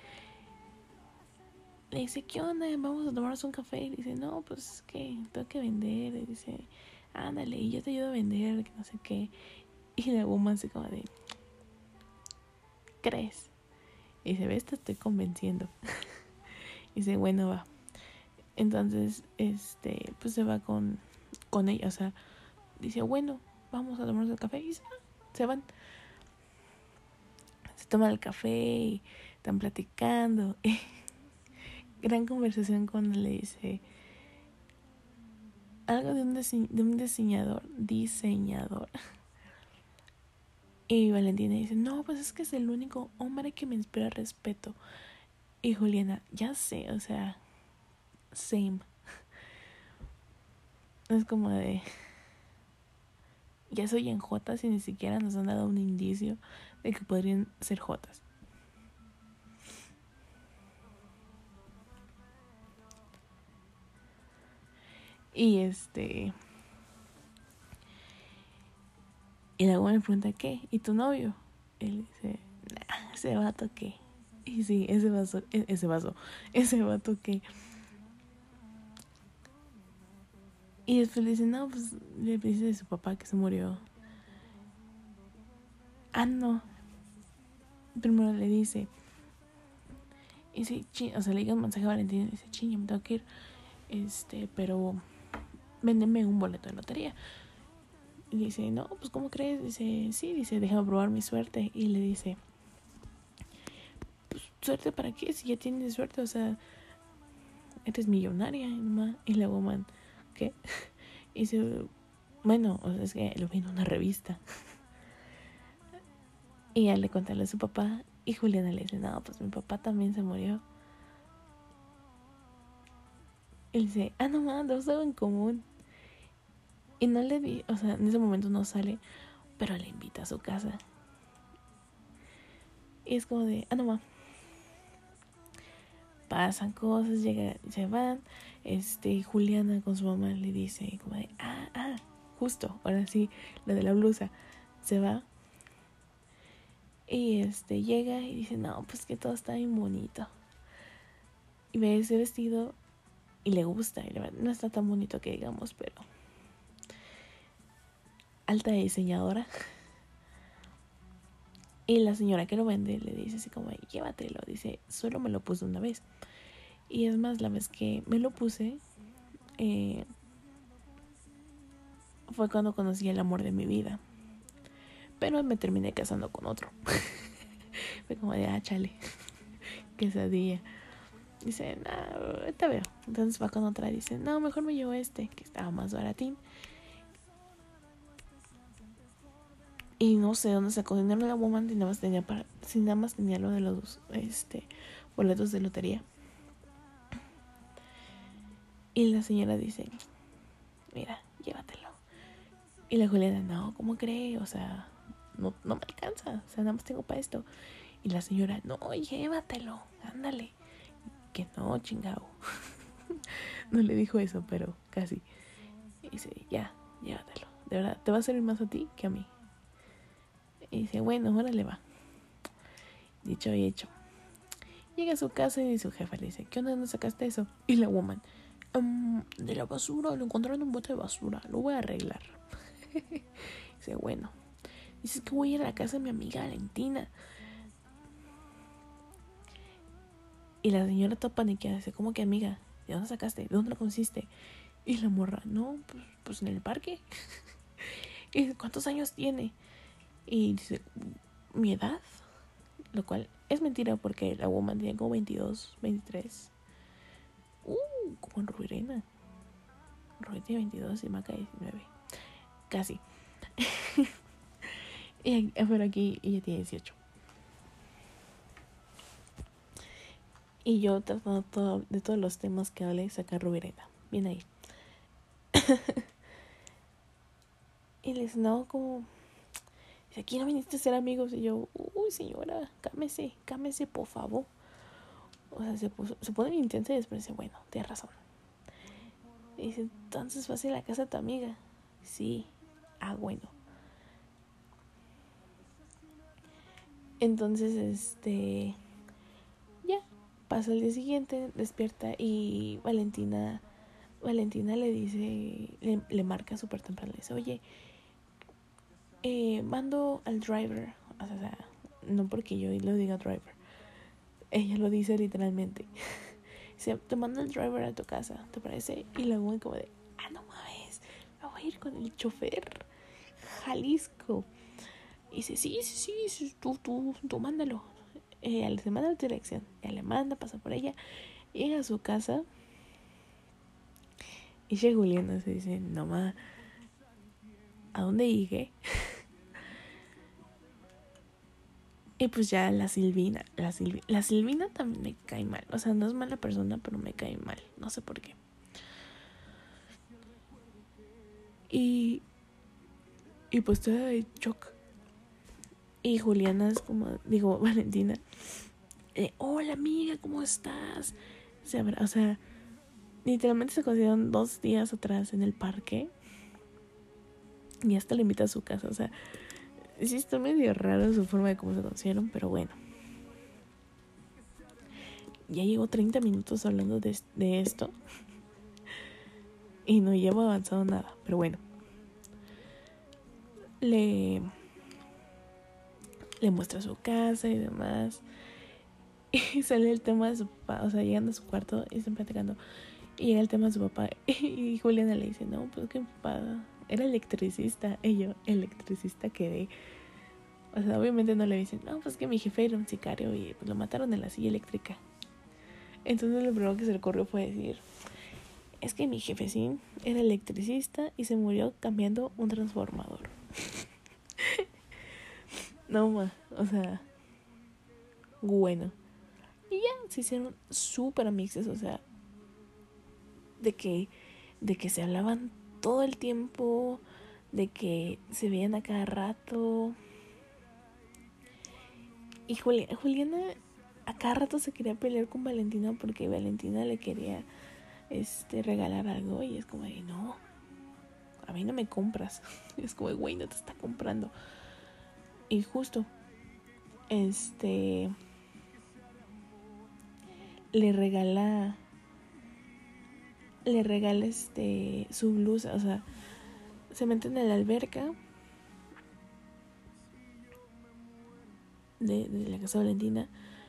Le dice, ¿qué onda? Vamos a tomarnos un café. Y dice, no, pues es que tengo que vender. Y dice, ándale, y yo te ayudo a vender, que no sé qué. Y la woman se como de, ¿crees? Y dice, ves, te estoy convenciendo. Y dice, bueno, va. Entonces, este, pues se va con, con ella. O sea, dice, bueno, vamos a tomarnos el café. Y se, se van. Se toman el café y están platicando. Gran conversación cuando le dice, algo de un, dise- de un diseñador, diseñador. Y Valentina dice, no, pues es que es el único hombre que me inspira respeto. Y Juliana, ya sé, o sea, same. Es como de, ya soy en jotas y ni siquiera nos han dado un indicio de que podrían ser jotas. Y este... Y luego me pregunta, ¿qué? ¿Y tu novio? Él dice, nah, ese vato qué. Y sí, ese vaso, ese vaso, ese vato qué. Y después le dice, no, pues le dice de su papá que se murió. Ah, no. Primero le dice, y dice, ching, o sea, le diga un mensaje a Valentina y dice, ching, yo me tengo que ir. Este, pero véndeme un boleto de lotería. Y dice, no, pues ¿cómo crees? Dice, sí, dice, déjame probar mi suerte. Y le dice, pues suerte para qué, si ya tienes suerte, o sea, eres millonaria, nomás. Y la woman, ¿qué? Y dice, bueno, o sea, es que lo vi en una revista. Y ya le contarle a su papá. Y Juliana le dice, no, pues mi papá también se murió. Y le dice, ah, no más, dos algo en común. Y no le di, o sea, en ese momento no sale, pero le invita a su casa. Y es como de, ah, no más. Pasan cosas, llega, se van. Este, Juliana con su mamá le dice, como de, ah, ah, justo, ahora sí, la de la blusa. Se va. Y este, llega y dice, no, pues que todo está bien bonito. Y ve ese vestido y le gusta. Y la verdad, no está tan bonito que digamos, pero alta diseñadora. Y la señora que lo vende le dice así como, llévatelo. Dice, solo me lo puse una vez. Y es más, la vez que me lo puse, eh, fue cuando conocí el amor de mi vida. Pero me terminé casando con otro. Fue como de, ah, chale, quesadilla. Dice, no, te veo. Entonces va con otra y dice, no, mejor me llevo este, que estaba más baratín. Y no sé dónde sacó dinero la woman si nada más tenía para, si nada más tenía lo de los este boletos de lotería. Y la señora dice, mira, llévatelo. Y la Juliana, no, ¿cómo cree? O sea, no, no me alcanza, o sea, nada más tengo para esto. Y la señora, no, llévatelo, ándale. Que no, chingao. No le dijo eso, pero casi. Y dice, ya, llévatelo. De verdad, te va a servir más a ti que a mí. Y dice, bueno, ahora le va. Dicho y hecho. Llega a su casa y su jefa le dice, ¿qué onda? ¿No sacaste eso? Y la woman, um, de la basura, lo encontraron en un bote de basura, lo voy a arreglar. Dice, bueno. Dice, es que voy a ir a la casa de mi amiga Valentina. Y la señora toda paniqueada dice, ¿cómo que amiga? ¿De dónde sacaste? ¿De dónde lo consiste? Y la morra, no, pues, pues en el parque. Y dice, ¿cuántos años tiene? Y dice, ¿mi edad? Lo cual es mentira porque la woman tiene como veintidós, veintitrés. Uh, como en Ruirena. Rubí tiene veintidós y Maca diecinueve. Casi. y, pero aquí ella tiene dieciocho. Y yo tratando todo, de todos los temas que hablé, sacar Rubirena. Bien ahí. Y les no, como... Dice, aquí no viniste a ser amigos. Y yo, uy, señora, cámese, cámese, por favor. O sea, se, puso, se pone bien intensa y después dice, bueno, tienes razón. Y dice, entonces vas a ir a la casa de tu amiga. Sí. Ah, bueno. Entonces, este... ya. Pasa el día siguiente, despierta y Valentina... Valentina le dice... Le, le marca súper temprano. Le dice, oye... Eh, mando al driver. O sea, no porque yo lo diga driver. Ella lo dice literalmente. Dice, te mando el driver a tu casa, ¿te parece? Y la woman como de, ah, no mames, me voy a ir con el chofer. Jalisco. Y dice, sí, sí, sí, tú, tú, tú mándalo. Ella le manda la dirección. Ella le manda, pasa por ella. Llega a su casa. Y llega Juliana se dice, no ma, ¿a dónde llegué? Y pues ya la Silvina, la, Silvi, la Silvina también me cae mal. O sea, no es mala persona, pero me cae mal. No sé por qué. Y, y pues toda de shock. Y Juliana es como, digo, Valentina, eh, hola amiga, ¿cómo estás? Se abra, o sea, literalmente se conocieron dos días atrás en el parque. Y hasta le invita a su casa. O sea, sí está medio raro su forma de cómo se conocieron, pero bueno. Ya llevo treinta minutos hablando de, de esto. Y no llevo avanzado nada, pero bueno. Le, le muestra su casa y demás. Y sale el tema de su papá. O sea, llegando a su cuarto y están platicando. Y llega el tema de su papá. Y Juliana le dice, no, pues que mi papá era electricista. Y yo, electricista quedé. O sea, obviamente no le dicen, no, pues que mi jefe era un sicario y pues lo mataron en la silla eléctrica. Entonces lo primero que se le ocurrió fue decir, es que mi jefecín era electricista y se murió cambiando un transformador. No, ma, o sea, bueno. Y ya se hicieron súper amixes, o sea, de que, de que se hablaban todo el tiempo, de que se veían a cada rato. Y Juli- Juliana a cada rato se quería pelear con Valentina porque Valentina le quería este regalar algo y es como de, no, a mí no me compras. Es como de, güey, no te está comprando. Y justo, este, le regala, le regala este, su blusa, o sea, se meten en la alberca de, de la casa de Valentina.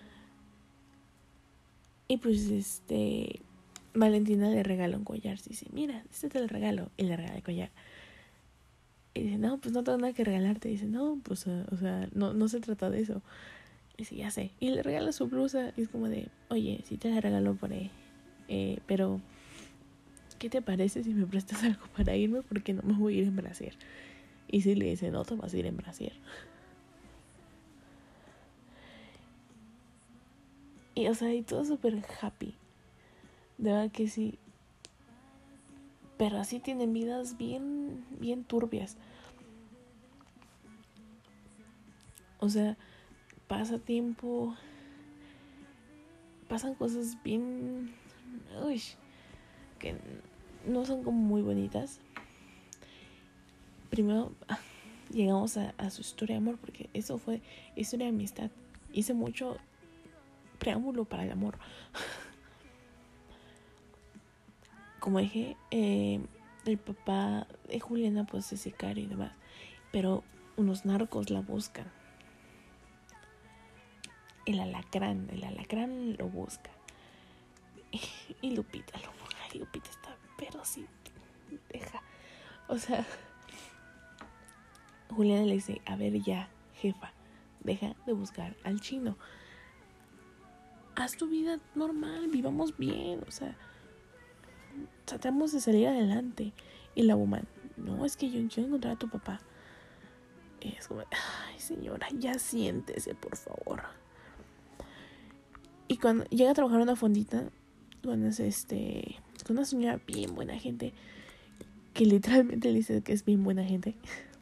Y pues, este, Valentina le regala un collar. Dice, mira, este te lo regalo. Y le regala el collar. Y dice, no, pues no tengo nada que regalarte. Dice, no, pues, uh, o sea, no, no se trata de eso. Dice, ya sé. Y le regala su blusa. Y es como de, oye, sí te la regalo por ahí. Eh, pero, ¿qué te parece si me prestas algo para irme? Porque no me voy a ir en brasier. Y si le dice, no te vas a ir en brasier. Y, o sea, y todo súper happy. De verdad que sí. Pero así tienen vidas bien, bien turbias. O sea, pasa tiempo, pasan cosas bien, uy, que no son como muy bonitas. Primero llegamos a, a su historia de amor, porque eso fue historia de amistad. Hice mucho preámbulo para el amor. Como dije, eh, el papá de Juliana pues es sicario y demás, pero unos narcos la buscan. El alacrán, el alacrán lo busca. Y, y Lupita lo busca. Y Lupita está, pero sí, deja. O sea, Juliana le dice, a ver ya, jefa, deja de buscar al chino. Haz tu vida normal, vivamos bien, o sea, tratamos de salir adelante. Y la woman, no, es que yo quiero encontrar a tu papá. Y es como, ay señora, ya siéntese, por favor. Y cuando llega a trabajar una fondita, cuando es este, con una señora bien buena gente, que literalmente le dice que es bien buena gente.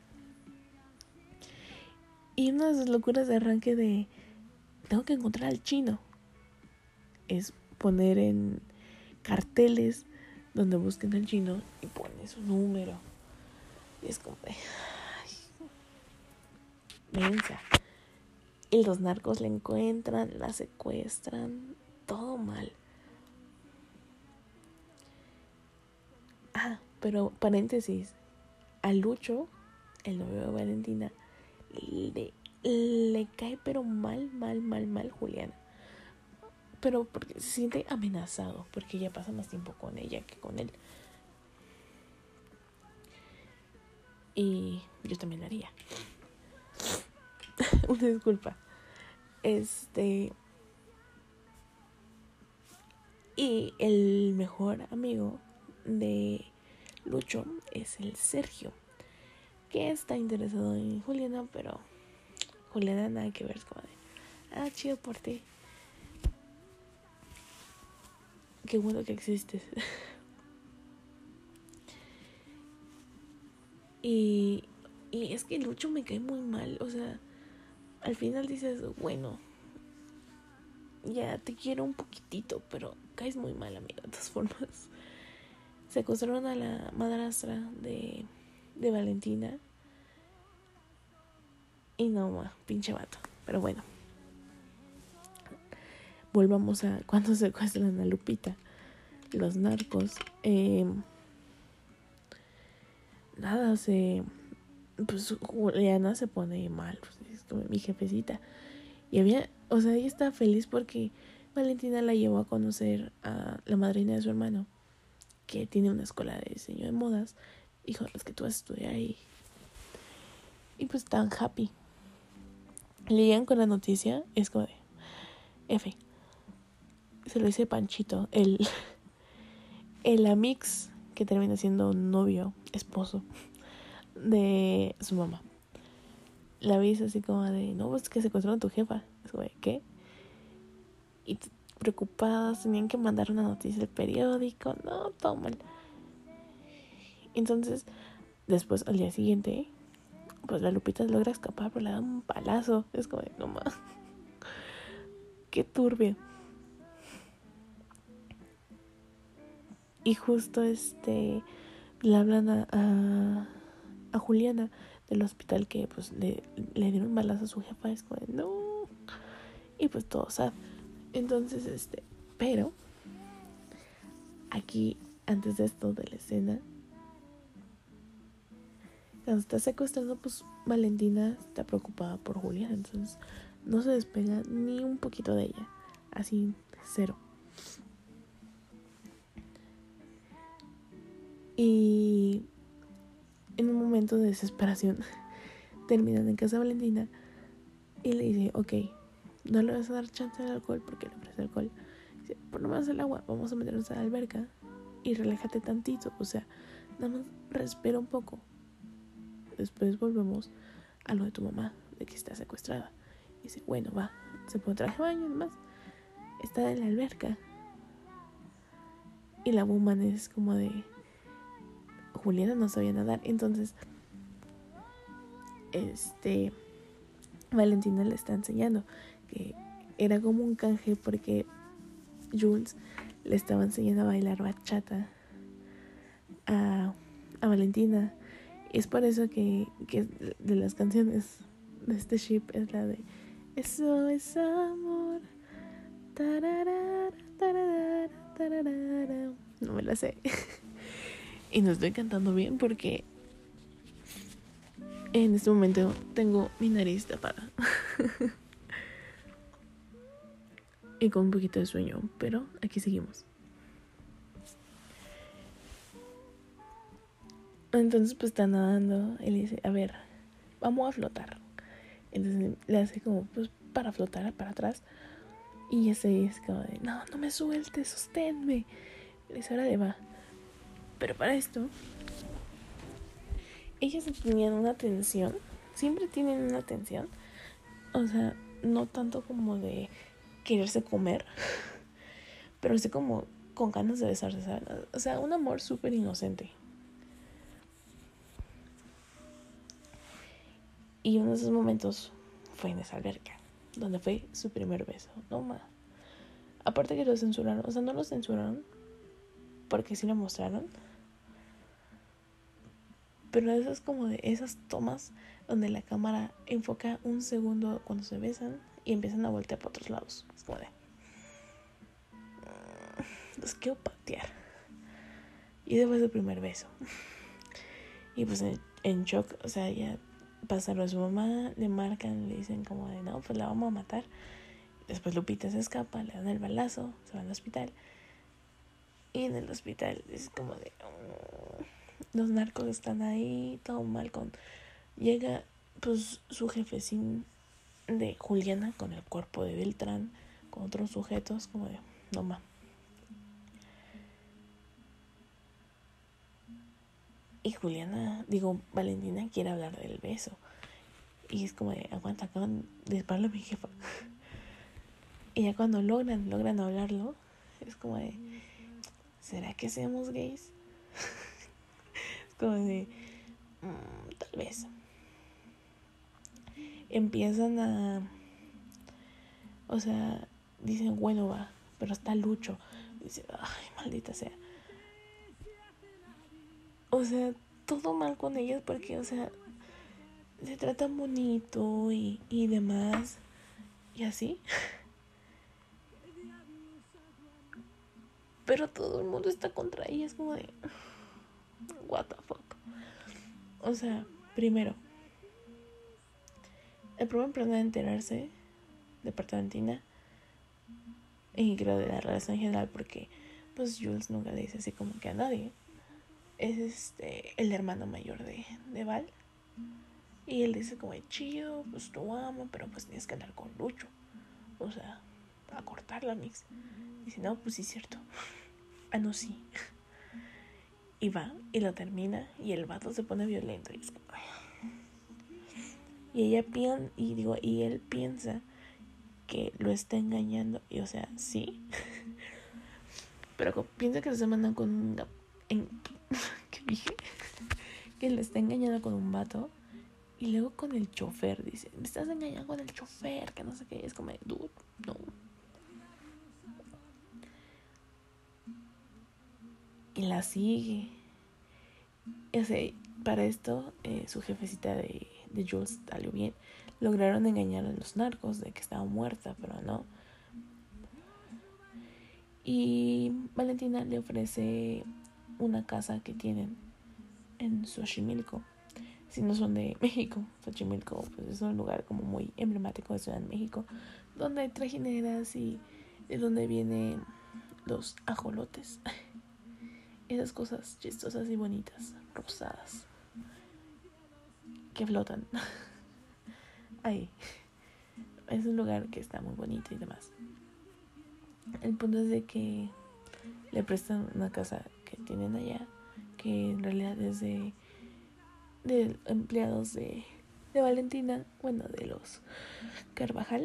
Y una de esas locuras de arranque de, tengo que encontrar al chino, es poner en carteles donde busquen al chino y ponen su número. Y es como de, ay, mensa. Y los narcos la encuentran, la secuestran, todo mal. Ah, pero paréntesis, a Lucho, el novio de Valentina, le, le cae pero mal, mal, mal, mal Juliana. Pero porque se siente amenazado, porque ella pasa más tiempo con ella que con él. Y yo también lo haría. Una disculpa. Este. Y el mejor amigo de Lucho es el Sergio, que está interesado en Juliana, pero Juliana nada que ver, es como de, ah, chido por ti, qué bueno que existes. y, y es que Lucho me cae muy mal, o sea, al final dices, bueno, ya te quiero un poquitito, pero caes muy mal, amiga, de todas formas. Secuestraron a la madrastra de, de Valentina. Y no, ma, pinche vato. Pero bueno, volvamos a cuando secuestran a Lupita. Los narcos. Eh, nada, se... Pues Juliana se pone mal. Pues, es como mi jefecita. Y había... O sea, ella estaba feliz porque Valentina la llevó a conocer a la madrina de su hermano, que tiene una escuela de diseño de modas. Dijo, es que tú vas a estudiar ahí. Y pues tan happy. Le llegan con la noticia. Es como de... F. Se lo dice Panchito. El... El amix que termina siendo novio, esposo de su mamá. La avisa así como de, no, pues que secuestraron a tu jefa. Es como de, ¿qué? Y preocupadas, tenían que mandar una noticia al periódico. No, todo mal. Entonces, después, al día siguiente, pues la Lupita logra escapar, pero le da un palazo. Es como de, no más. Qué turbio. Y justo este le hablan a, a, a Juliana del hospital que pues le, le dieron balas a su jefa. Es como de, no. Y pues todo sad. Entonces este pero aquí antes de esto de la escena, cuando está secuestrando, pues Valentina está preocupada por Juliana. Entonces no se despega ni un poquito de ella. Así, cero. Y en un momento de desesperación terminan en casa de Valentina y le dice, ok, no le vas a dar chance al alcohol porque le ofrece alcohol. Dice, por nomás el agua, vamos a meternos a la alberca y relájate tantito, o sea, nada más respira un poco. Después volvemos a lo de tu mamá, de que está secuestrada. Y dice, bueno, va, se pone traje de baño y demás. Está en la alberca. Y la woman es como de, Juliana no sabía nadar, entonces este Valentina le está enseñando que era como un canje porque Jules le estaba enseñando a bailar bachata a, a Valentina. Y es por eso que, que de las canciones de este ship es la de Eso es amor. Tararara, tararara, tararara. No me la sé. Y no estoy cantando bien porque en este momento tengo mi nariz tapada. Y con un poquito de sueño, pero aquí seguimos. Entonces pues está nadando y le dice, a ver, vamos a flotar. Entonces le hace como pues para flotar para atrás. Y ese es como de, no, no me sueltes, sosténme. Le dice, ahora le va. Pero para esto, ellas tenían una tensión. Siempre tienen una tensión. O sea, no tanto como de quererse comer, pero sí como con ganas de besarse, ¿sabes? O sea, un amor súper inocente. Y uno de esos momentos fue en esa alberca, donde fue su primer beso. No más. Aparte que lo censuraron, o sea, no lo censuraron porque sí lo mostraron, pero eso es como de esas tomas donde la cámara enfoca un segundo cuando se besan y empiezan a voltear para otros lados. Es como de, los quiero patear. Y ese fue su primer beso. Y pues en, en shock, o sea, ya pasaron a su mamá, le marcan, le dicen como de, no, pues la vamos a matar. Después Lupita se escapa, le dan el balazo, se va al hospital. Y en el hospital es como de, oh, los narcos están ahí, todo mal con... Llega pues su jefecín de Juliana con el cuerpo de Beltrán, con otros sujetos, como de, no más. Y Juliana, digo, Valentina quiere hablar del beso. Y es como de, aguanta, acaban de dispararle a mi jefa. Y ya cuando logran, logran hablarlo, es como de, ¿será que seamos gays? Es como de, mmm, tal vez. Empiezan a, o sea, dicen, bueno, va, pero está Lucho. Dice, ay, maldita sea. O sea, todo mal con ellos porque, o sea, se tratan bonito y, y demás. Y así. Pero todo el mundo está contra ella. Es como de, what the fuck. O sea, primero, el primer plan de enterarse de parte de Valentina y creo de la relación en general, porque pues Jules nunca le dice así como que a nadie. Es este el hermano mayor de, de Val. Y él dice como, chido, pues tú amo, pero pues tienes que andar con Lucho. O sea, a cortar la mix. Dice, no, pues sí es cierto. Ah, no, sí. Y va, y lo termina, y el vato se pone violento. Y, es como, y ella piensa, y digo, y él piensa que lo está engañando. Y o sea, sí. Pero piensa que lo está mandando con un... En, ¿qué dije? Que le está engañando con un vato. Y luego con el chofer, dice, me estás engañando con el chofer, que no sé qué. Es como, dude, no. Y la sigue. O sea, para esto, eh, su jefecita de, de Jules salió bien. Lograron engañar a los narcos de que estaba muerta, pero no. Y Valentina le ofrece una casa que tienen en Xochimilco. Si no son de México, Xochimilco pues es un lugar como muy emblemático de Ciudad de México, donde hay trajineras y de donde vienen los ajolotes. Esas cosas chistosas y bonitas, rosadas, que flotan. Ahí. Es un lugar que está muy bonito y demás. El punto es de que le prestan una casa que tienen allá, que en realidad es de, de empleados de, de Valentina, bueno, de los Carvajal.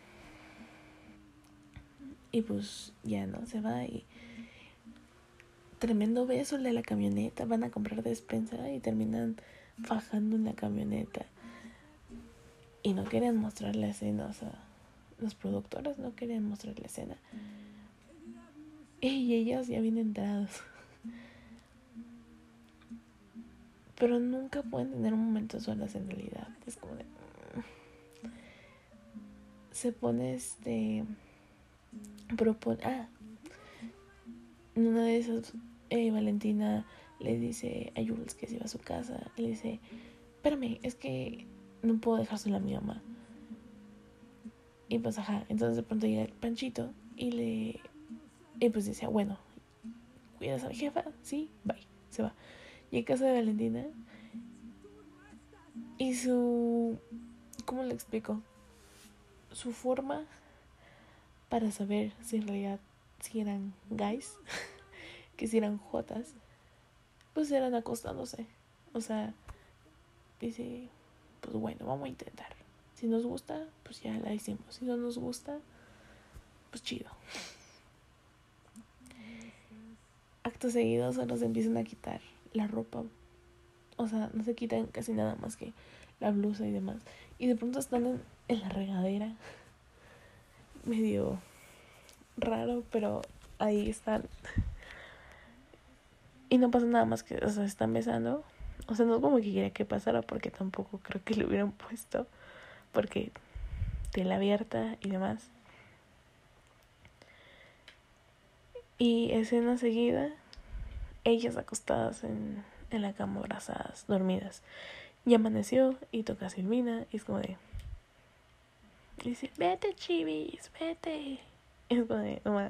Y pues ya no, se va y tremendo beso el de la camioneta. Van a comprar despensa y terminan fajando en la camioneta. Y no querían mostrar la escena, o sea, los productores no querían mostrar la escena. Y ellos ya vienen entrados. Pero nunca pueden tener un momento solas en realidad. Es como de... Se pone este... Propone... Ah. En una de esas, eh, Valentina le dice a Jules que se iba a su casa. Y le dice, espérame, es que no puedo dejárselo a mi mamá. Y pues ajá, entonces de pronto llega el Panchito y le... Y pues dice, bueno, ¿cuidas a mi jefa? Sí, bye, se va. Y en casa de Valentina. Y su... ¿Cómo le explico? Su forma para saber si en realidad si eran guys, que si eran jotas, pues eran acostándose. O sea, dice, pues bueno, vamos a intentar. Si nos gusta, pues ya la hicimos. Si no nos gusta, pues chido. Acto seguido se nos empiezan a quitar la ropa. O sea, no se quitan casi nada más que la blusa y demás. Y de pronto están en, en la regadera. Medio raro, pero ahí están. Y no pasa nada más que, o sea, se están besando. O sea, no es como que quiera que pasara, porque tampoco creo que le hubieran puesto. Porque tela abierta y demás. Y escena seguida, ellas acostadas en, en la cama, abrazadas, dormidas. Y amaneció y toca a Silvina y es como de... Y dice, vete, chivis, vete. Y es como de... No,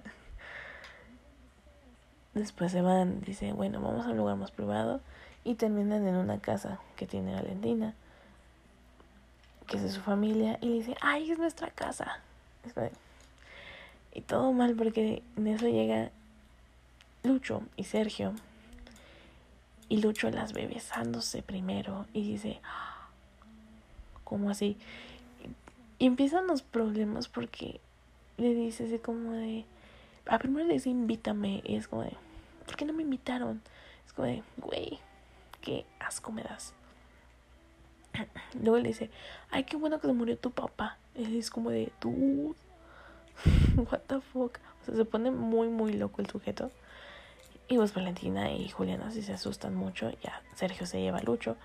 después se van, dice, bueno, vamos a un lugar más privado. Y terminan en una casa que tiene Valentina, que es de su familia. Y le dice, ay, es nuestra casa. Es como de... Y todo mal porque en eso llega Lucho y Sergio. Y Lucho las ve besándose primero y dice, ¿cómo así? Y empiezan los problemas porque le dice así como de, a primero le dice invítame y es como de, ¿por qué no me invitaron? Es como de, güey, qué asco me das. Luego le dice, ay, qué bueno que se murió tu papá. Y es como de, tú, what the fuck. O sea, se pone muy muy loco el sujeto. Y pues Valentina y Juliana sí se asustan mucho. Ya Sergio se lleva a Lucho.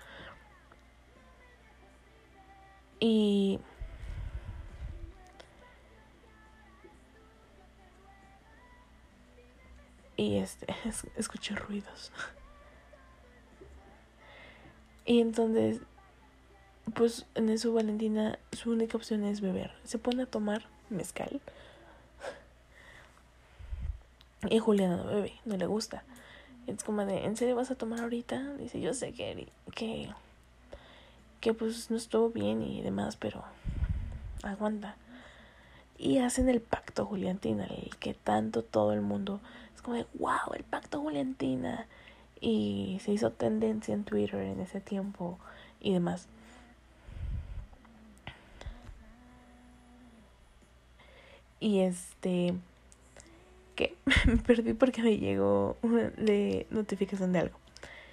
Y y este es, escuché ruidos. Y entonces pues en eso Valentina su única opción es beber. Se pone a tomar mezcal. Y Juliana no bebe, no le gusta. Es como de, ¿en serio vas a tomar ahorita? Dice, yo sé que que que pues no estuvo bien y demás, pero aguanta. Y hacen el pacto Juliantina, el que tanto todo el mundo es como de, wow, el pacto Juliantina. Y se hizo tendencia en Twitter en ese tiempo y demás. Y este, que me perdí porque me llegó una de notificación de algo.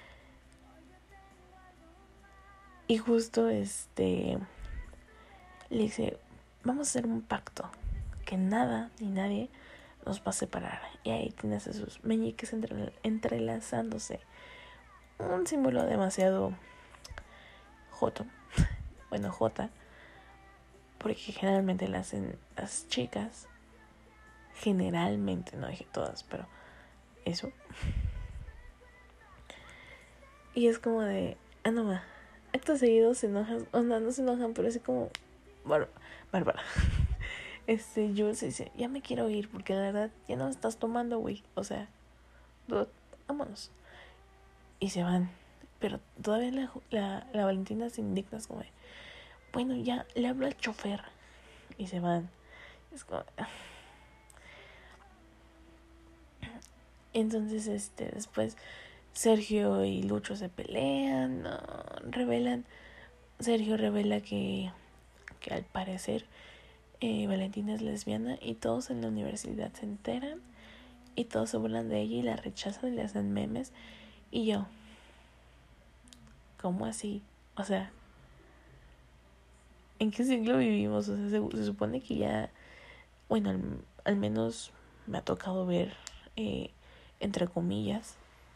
Y justo este le dice, vamos a hacer un pacto que nada ni nadie nos va a separar. Y ahí tienes a sus meñiques entre, entrelazándose. Un símbolo demasiado joto. Bueno, jota. Porque generalmente las hacen las chicas. Generalmente, no dije todas, pero eso. Y es como de, ah, no ma, acto seguido se enojan, o no, no se enojan, pero así como, bueno, Bárbara. Este, Jules dice, ya me quiero ir porque la verdad ya no estás tomando, güey. O sea, dude, vámonos. Y se van. Pero todavía la, la, la Valentina se indigna, es como de, bueno, ya le hablo al chofer. Y se van. Es como, entonces, este, después Sergio y Lucho se pelean, no, revelan, Sergio revela que, que al parecer eh, Valentina es lesbiana y todos en la universidad se enteran y todos se burlan de ella y la rechazan y le hacen memes. Y yo, ¿cómo así? O sea, ¿en qué siglo vivimos? O sea, se, se supone que ya, bueno, al, al menos me ha tocado ver, eh, entre comillas,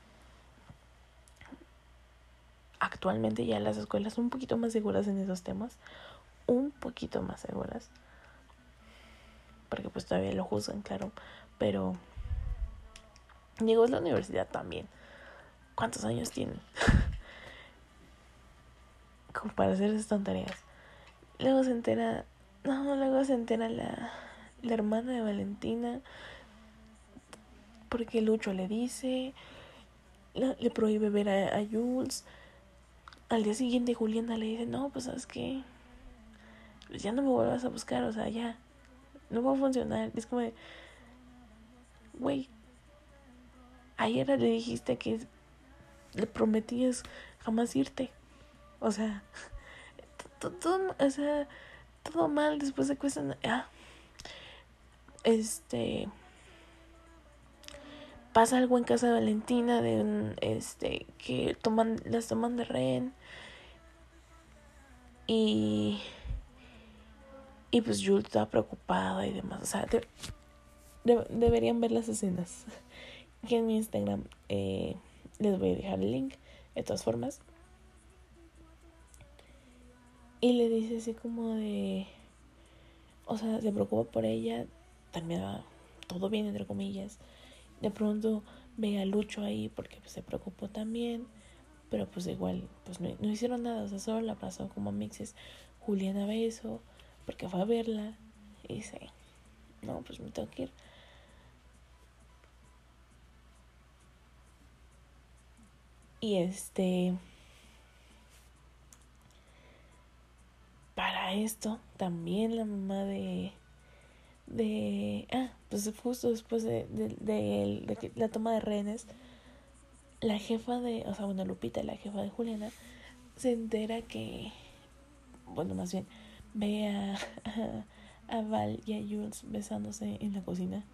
actualmente ya las escuelas son un poquito más seguras en esos temas, un poquito más seguras, porque pues todavía lo juzgan, claro, pero llegó a la universidad también. ¿Cuántos años tienen? Como para hacer esas tonterías. Luego se entera, no, luego se entera la, la hermana de Valentina, porque Lucho le dice, le, le prohíbe ver a, a Jules. Al día siguiente Juliana le dice, no, pues sabes qué, pues ya no me vuelvas a buscar, o sea, ya, no va a funcionar. Es como de, güey, ayer le dijiste que le prometías jamás irte. O sea, todo, o sea, todo mal después de cuestan, ah, este, pasa algo en casa de Valentina de un, este, que toman, las toman de rehén y y pues Jules estaba preocupada y demás. O sea, de, de, deberían ver las escenas. Aquí en mi Instagram eh, les voy a dejar el link de todas formas. Y le dice así como de, o sea, se preocupa por ella, también va todo bien entre comillas. De pronto ve a Lucho ahí porque pues, se preocupó también, pero pues igual pues no, no hicieron nada, o sea, solo la pasó como mixes. Juliana ve eso porque fue a verla y dice, no, pues me tengo que ir. Y este, para esto también la mamá de de ah pues justo después de, de, de, de, de la toma de rehenes la jefa de, o sea, bueno, Lupita, la jefa de Juliana, se entera que, bueno, más bien, ve a, a, a Val y a Jules besándose en la cocina.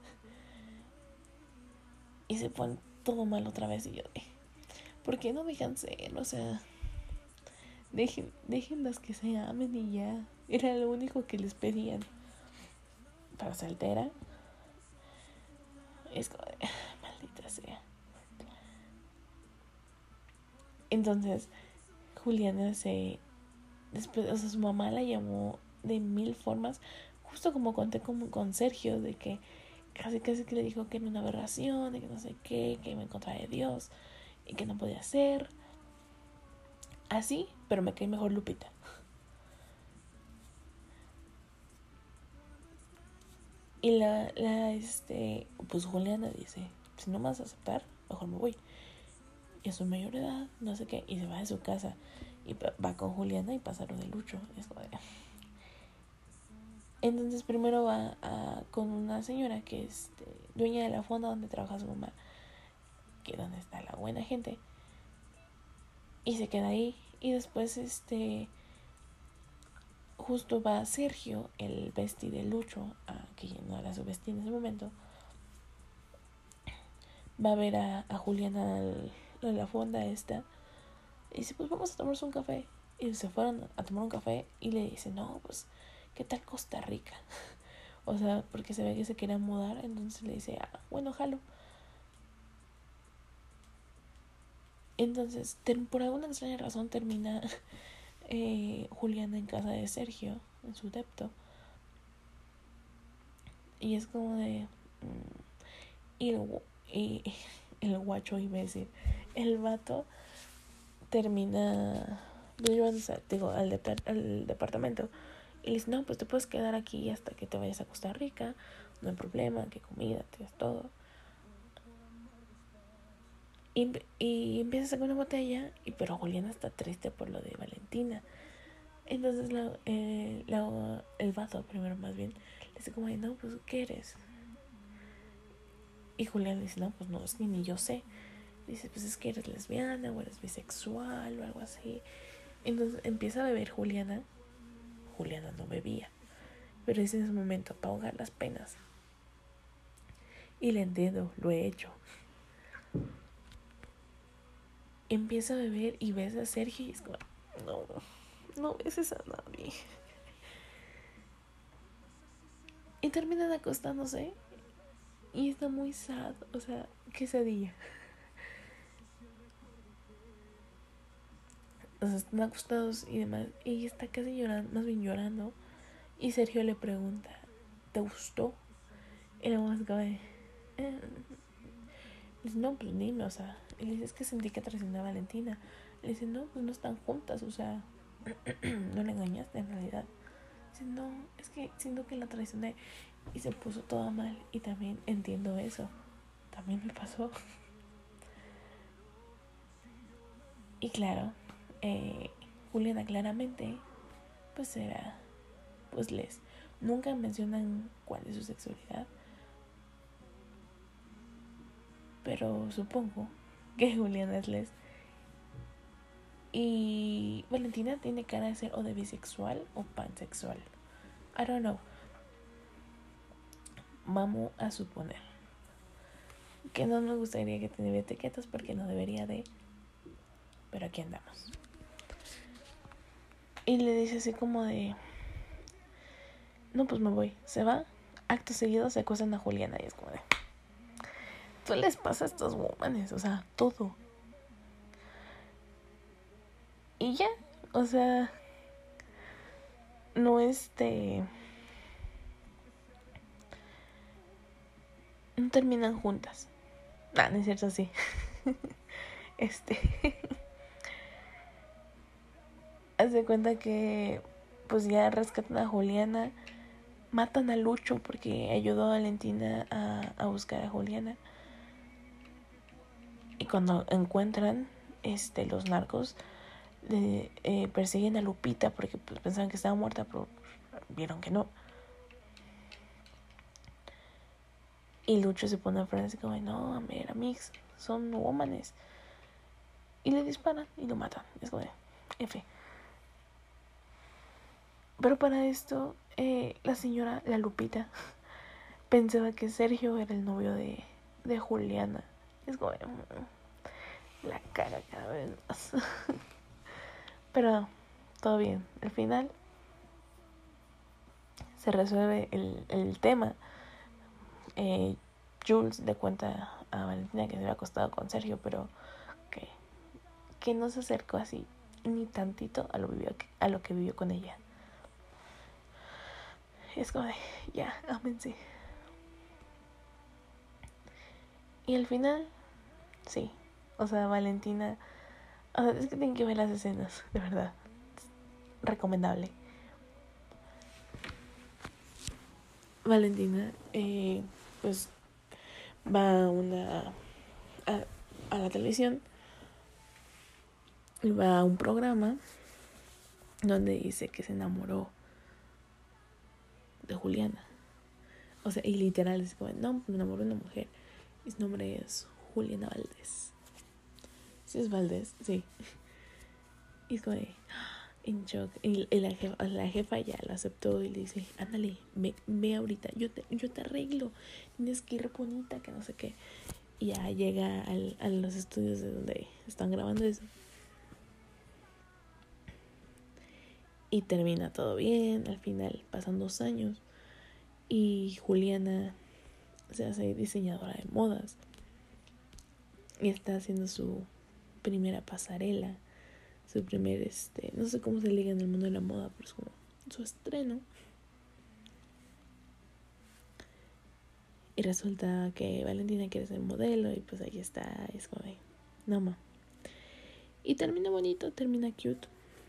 Y se pone todo mal otra vez. Y yo de, ¿por qué no dejan ser? O sea, dejen, dejen las que se amen y ya. Era lo único que les pedían. Para se altera. Es como de, maldita sea. Entonces, Juliana se... Después, o sea, su mamá la llamó de mil formas. Justo como conté con, con Sergio, de que casi casi que le dijo que era una aberración, de que no sé qué, que iba en contra de Dios y que no podía ser. Así, pero me cae mejor Lupita. Y la, la, este, pues Juliana dice, si no me vas a aceptar, mejor me voy. Y es su mayor edad, no sé qué, y se va de su casa. Y va con Juliana y pasa lo de Lucho. Es como de... Entonces primero va a, con una señora que es este, dueña de la fonda donde trabaja su mamá, que es donde está la buena gente. Y se queda ahí. Y después, este, justo va Sergio, el bestie de Lucho, a, que no era su bestie en ese momento. Va a ver a, a Juliana a la fonda esta. Y dice, pues vamos a tomarnos un café. Y se fueron a tomar un café. Y le dice, no, pues, ¿qué tal Costa Rica? O sea, porque se ve que se quería mudar. Entonces le dice, ah, bueno, jalo. Entonces, ter- por alguna extraña razón termina eh, Juliana en casa de Sergio, en su depto. Y es como de... Mmm, y, el, y el guacho, iba a decir, el vato termina llevándose, digo, al, de, al departamento. Y le dice, no, pues te puedes quedar aquí hasta que te vayas a Costa Rica. No hay problema, que comida, tienes todo. Y, y empieza a sacar una botella, y, pero Juliana está triste por lo de Valentina. Entonces la, eh, la, el vato, primero más bien, le dice como, no, pues, ¿qué eres? Y Julián le dice, no, pues no, es que ni yo sé. Dice, pues es que eres lesbiana o eres bisexual o algo así. Entonces empieza a beber Juliana. Juliana no bebía, pero es en ese momento para ahogar las penas. Y le entiendo, lo he hecho. Empieza a beber y ves a Sergio y es como, no, no beses a nadie. Y terminan acostándose y está muy sad, o sea, quesadilla. O sea, están acostados y demás. Y ella está casi llorando, más bien llorando. Y Sergio le pregunta, ¿te gustó? Y la mamá se acaba de... Eh. Le dice, no, pues dime, o sea. Y le dice, es que sentí que traicioné a Valentina. Le dice, no, pues no están juntas, o sea, no la engañaste en realidad. Dice, no, es que siento que la traicioné. Y se puso toda mal. Y también entiendo eso. También me pasó. Y claro, eh, Juliana claramente, pues era, pues les. Nunca mencionan cuál es su sexualidad. Pero supongo que Juliana es les. Y Valentina tiene cara de ser o de bisexual o pansexual. I don't know. Vamos a suponer. Que no me gustaría que tuviera etiquetas porque no debería de. Pero aquí andamos. Y le dice así como de... No, pues me voy. Se va. Acto seguido se acuestan a Juliana y es como de... ¿Qué les pasa a estos womanes? O sea, todo. Y ya. O sea... No este... No terminan juntas. Ah, no es cierto, sí. este... Haz de cuenta que... Pues ya rescatan a Juliana. Matan a Lucho porque ayudó a Valentina a, a buscar a Juliana. Y cuando encuentran este, los narcos, le, eh, persiguen a Lupita porque pues, pensaban que estaba muerta, pero vieron que no. Y Lucho se pone a frente como, no, a ver, amigos, son womanes. y le disparan y lo matan. Es como de F. Pero para esto, eh, la señora, la Lupita, pensaba que Sergio era el novio de, de Juliana. Es como de, mm, la cara cada vez más. Pero todo bien. Al final se resuelve el, el tema. Eh, Jules le cuenta a Valentina que se había acostado con Sergio, pero que, que no se acercó así ni tantito a lo, vivió, a lo que vivió con ella. Es como de, ya, ámense. Y al final, sí. O sea, Valentina... O sea, es que tienen que ver las escenas, de verdad. Recomendable. Valentina, eh, pues, va a una... A, a la televisión. Va a un programa donde dice que se enamoró de Juliana. O sea, y literal es como, no, me enamoró de una mujer. Y su nombre es Juliana Valdés. ¿Sí es Valdés? Sí. Y es como de, en shock. Y, y la, jefa, la jefa ya lo aceptó y le dice, ándale, ve, ve ahorita, yo te, yo te arreglo. Tienes que ir bonita, que no sé qué. Y ya llega al, a los estudios de donde están grabando eso. Y termina todo bien. Al final pasan dos años. Y Juliana se hace diseñadora de modas. Y está haciendo su primera pasarela. Su primer, este, no sé cómo se liga en el mundo de la moda, pero es como su estreno. Y resulta que Valentina quiere ser modelo y pues ahí está, es como de, no ma. Y termina bonito, termina cute.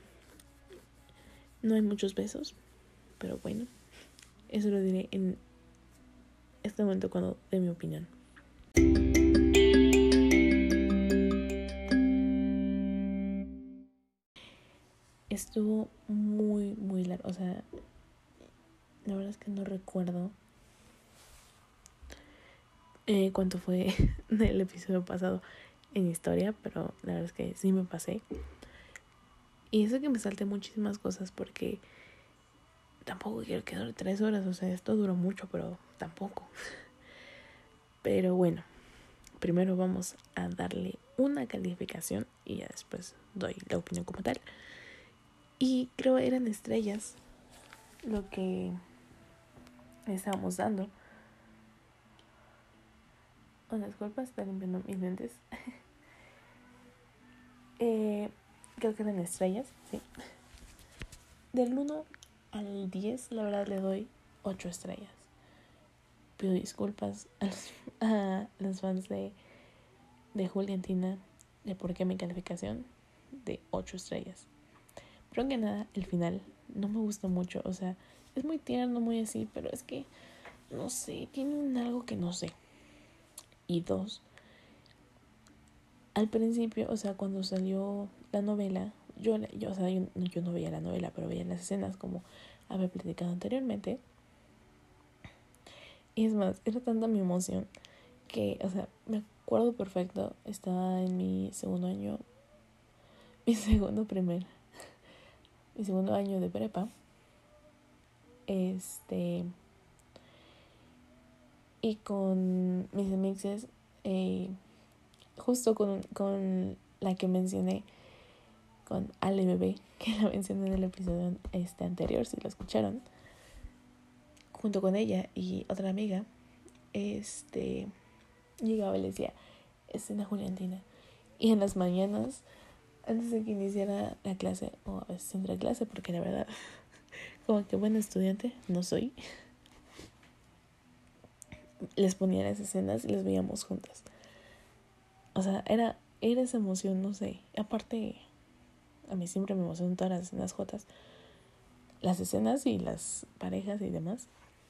No hay muchos besos, pero bueno, eso lo diré en este momento cuando dé mi opinión. Estuvo muy, muy largo, o sea, la verdad es que no recuerdo eh, cuánto fue del episodio pasado en historia, pero la verdad es que sí me pasé. Y eso que me salté muchísimas cosas porque tampoco quiero que dure tres horas, o sea, esto duró mucho, pero tampoco. Pero bueno, primero vamos a darle una calificación y ya después doy la opinión como tal. Y creo que eran estrellas lo que estábamos dando. Una disculpa, está limpiando mis lentes. eh, creo que eran estrellas, sí. Del uno al diez, la verdad le doy ocho estrellas. Pido disculpas a los, a los fans de, de Juliantina de por qué mi calificación de ocho estrellas. Pero que nada, el final no me gusta mucho. O sea, es muy tierno, muy así, pero es que, no sé, tiene un algo que no sé. Y dos, al principio, o sea, cuando salió la novela, yo, yo, o sea, yo, yo no veía la novela, pero veía las escenas como había platicado anteriormente. Y es más, era tanta mi emoción que, o sea, me acuerdo perfecto, estaba en mi segundo año, mi segundo primer, mi segundo año de prepa. Este, y con mis amixes, eh, justo con, con la que mencioné, con Ale Bebé, que la mencioné en el episodio este anterior, si lo escucharon, junto con ella y otra amiga, este, llegaba y le decía, escena Juliantina. Y en las mañanas, antes de que iniciara la clase, o a veces entre clase, porque la verdad, como que buena estudiante no soy, les ponía las escenas y las veíamos juntas. O sea, era, era esa emoción, no sé. Aparte, a mí siempre me emocionan todas las escenas jotas. Las escenas y las parejas y demás.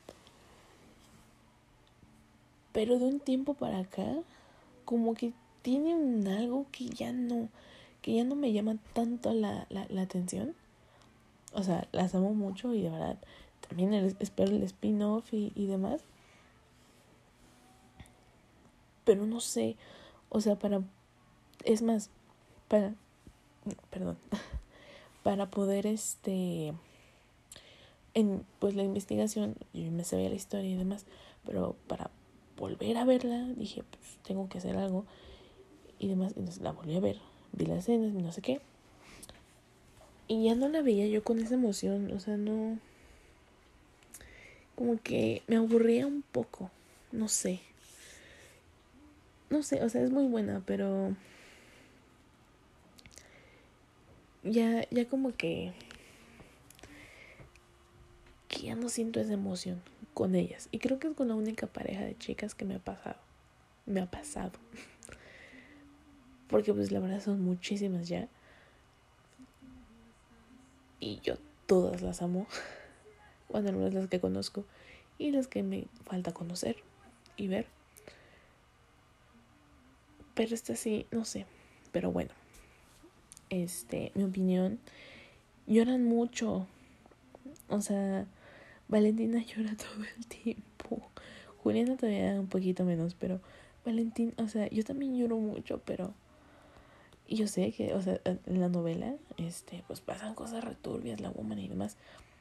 Pero de un tiempo para acá, como que tiene un algo que ya no, que ya no me llama tanto la, la, la atención. O sea, las amo mucho y de verdad también el, espero el spin-off y, y demás. Pero no sé, o sea, para... Es más, para, perdón, para poder, este, en pues la investigación, yo me sabía la historia y demás, pero para volver a verla, dije, pues tengo que hacer algo y demás, entonces la volví a ver, vi las escenas, no sé qué, y ya no la veía yo con esa emoción, o sea, no, como que me aburría un poco, no sé, no sé, o sea, es muy buena, pero ya, ya como que, que ya no siento esa emoción con ellas, y creo que es con la única pareja de chicas que me ha pasado, me ha pasado, porque pues la verdad son muchísimas ya, y yo todas las amo, bueno, al menos las que conozco, y las que me falta conocer y ver, pero esta sí, no sé, pero bueno, este, mi opinión, lloran mucho, o sea, Valentina llora todo el tiempo, Juliana todavía un poquito menos, pero Valentín, o sea, yo también lloro mucho, pero y yo sé que, o sea, en la novela, este, pues pasan cosas returbias, la woman y demás,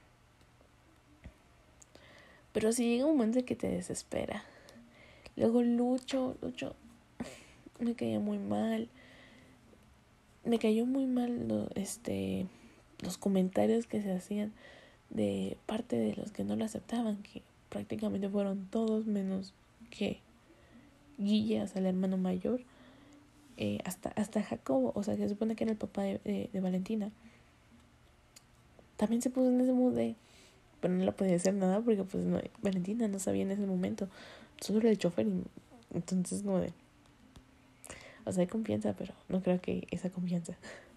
pero sí llega un momento en que te desespera. Luego Lucho, Lucho me caía muy mal, me cayó muy mal lo, este, los comentarios que se hacían de parte de los que no lo aceptaban, que prácticamente fueron todos menos que Guille, o sea, el hermano mayor, eh, hasta, hasta Jacobo, o sea, que se supone que era el papá de, de, de Valentina. También se puso en ese mood de, pero no le podía hacer nada porque pues no, Valentina no sabía en ese momento, solo era el chofer y entonces como de, o sea, hay confianza, pero no creo que esa confianza.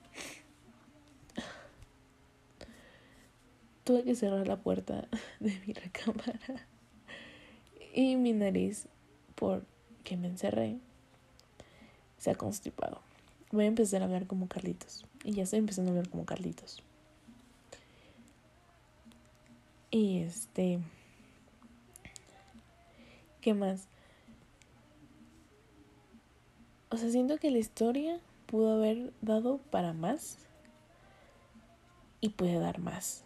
Tuve que cerrar la puerta de mi recámara y mi nariz, porque me encerré, se ha constipado. Voy a empezar a hablar como Carlitos. Y ya estoy empezando a hablar como Carlitos. Y este, ¿qué más? O sea, siento que la historia pudo haber dado para más y puede dar más.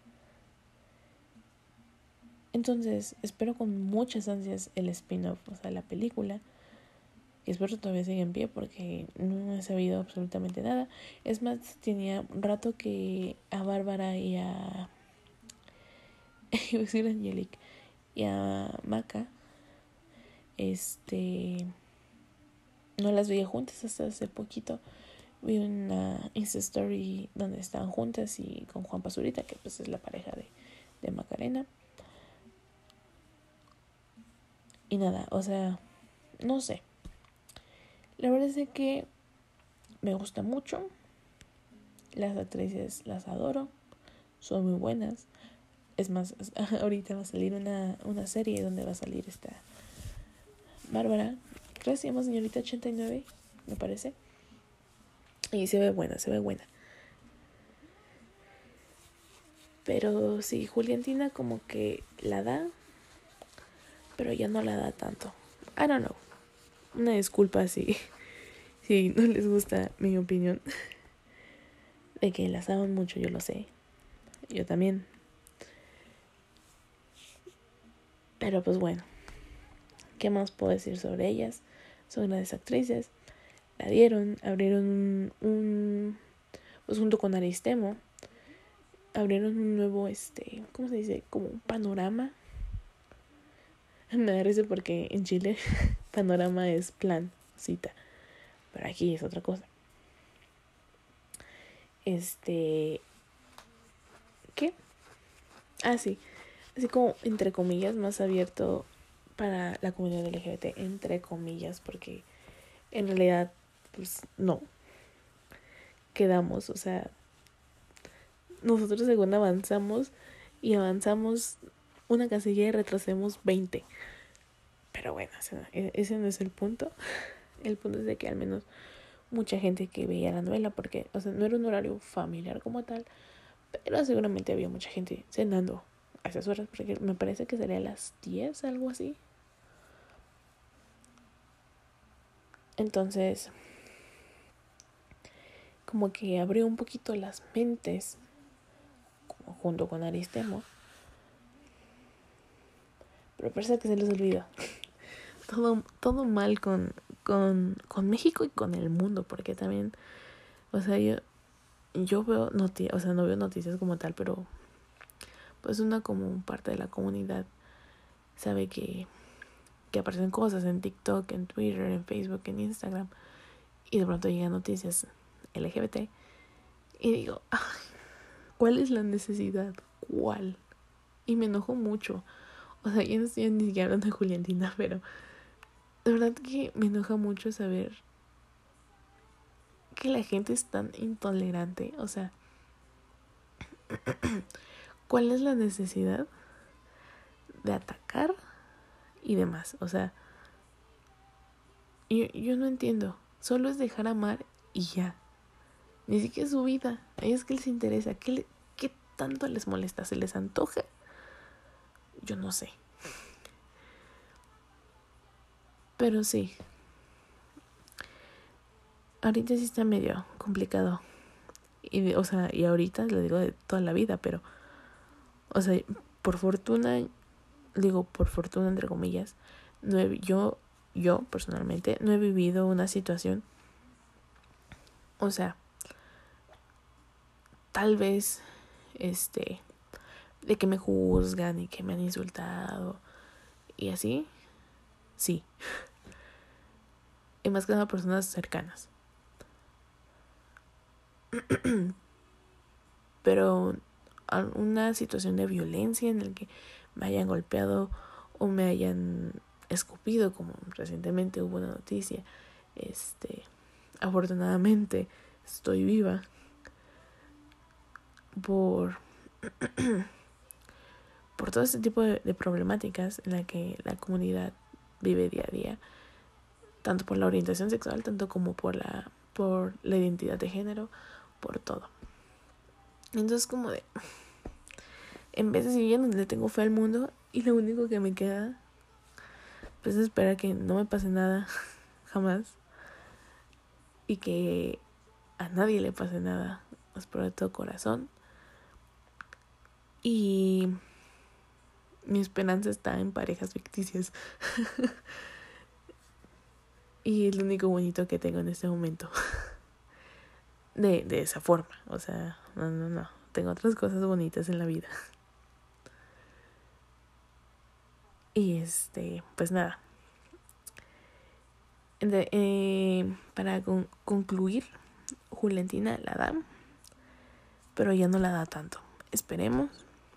Entonces, espero con muchas ansias el spin-off, o sea, la película. Y espero que todavía siga en pie porque no he sabido absolutamente nada. Es más, tenía un rato que a Bárbara y a... iba a decir a Angelique y a Maca, este... no las veía juntas hasta hace poquito. Vi una Insta Story donde estaban juntas y con Juan Pazurita, que pues es la pareja de, de Macarena. Y nada, o sea, no sé. La verdad es que me gusta mucho. Las actrices las adoro. Son muy buenas. Es más, ahorita va a salir una, una serie donde va a salir esta Bárbara. Creo que se llama Señorita ochenta y nueve, me parece. Y se ve buena, se ve buena. Pero sí, Juliantina como que la da, pero ya no la da tanto. I don't know. Una disculpa si, si no les gusta mi opinión. De que las aman mucho, yo lo sé. Yo también. Pero pues bueno, ¿qué más puedo decir sobre ellas? Son grandes actrices. La dieron, abrieron un, un pues junto con Aristemo, abrieron un nuevo, este, ¿cómo se dice? Como un panorama. Me da risa porque en Chile panorama es plan, cita, pero aquí es otra cosa. Este, ¿qué? Ah, sí, así como entre comillas más abierto para la comunidad L G B T, entre comillas, porque en realidad, pues no, quedamos, o sea, nosotros según avanzamos y avanzamos una casilla y retrocedemos veinte. Pero bueno, o sea, ese no es el punto. El punto es de que al menos mucha gente que veía la novela, porque, o sea, no era un horario familiar como tal, pero seguramente había mucha gente cenando a esas horas, porque me parece que sería a las diez, algo así. Entonces, como que abrió un poquito las mentes, como junto con Aristemo, pero parece que se les olvida. Todo, todo mal con, con, con México y con el mundo, porque también, o sea, yo, yo veo noticias, o sea, no veo noticias como tal, pero pues una como parte de la comunidad sabe que, que aparecen cosas en TikTok, en Twitter, en Facebook, en Instagram, y de pronto llegan noticias L G B T, y digo, ay, ¿cuál es la necesidad? ¿Cuál? Y me enojo mucho. O sea, yo no estoy ni siquiera hablando de Juliantina, pero de verdad que me enoja mucho saber que la gente es tan intolerante. O sea, ¿cuál es la necesidad de atacar y demás? O sea, yo, yo no entiendo. Solo es dejar amar y ya. Ni siquiera es su vida. A ellos que les interesa. ¿Qué, le, ¿Qué tanto les molesta? ¿Se les antoja? Yo no sé. Pero sí. Ahorita sí está medio complicado. Y, o sea, y ahorita lo digo de toda la vida, pero, o sea, por fortuna, digo por fortuna entre comillas, no he, yo, yo personalmente no he vivido una situación, o sea, tal vez, este, de que me juzgan y que me han insultado y así, sí, y más que nada personas cercanas. Pero una situación de violencia en la que me hayan golpeado o me hayan escupido, como recientemente hubo una noticia, este, afortunadamente estoy viva por por todo este tipo de, de problemáticas en la que la comunidad vive día a día, tanto por la orientación sexual, tanto como por la por la identidad de género, por todo. Entonces, como de, en vez de seguir en donde le tengo fe al mundo y lo único que me queda pues es esperar que no me pase nada jamás y que a nadie le pase nada, espero de todo corazón. Y mi esperanza está en parejas ficticias. Y es lo único bonito que tengo en este momento. De, de esa forma. O sea, no, no, no. Tengo otras cosas bonitas en la vida. Y este, pues nada. De, eh, para con, concluir, Juliantina la da, pero ya no la da tanto. Esperemos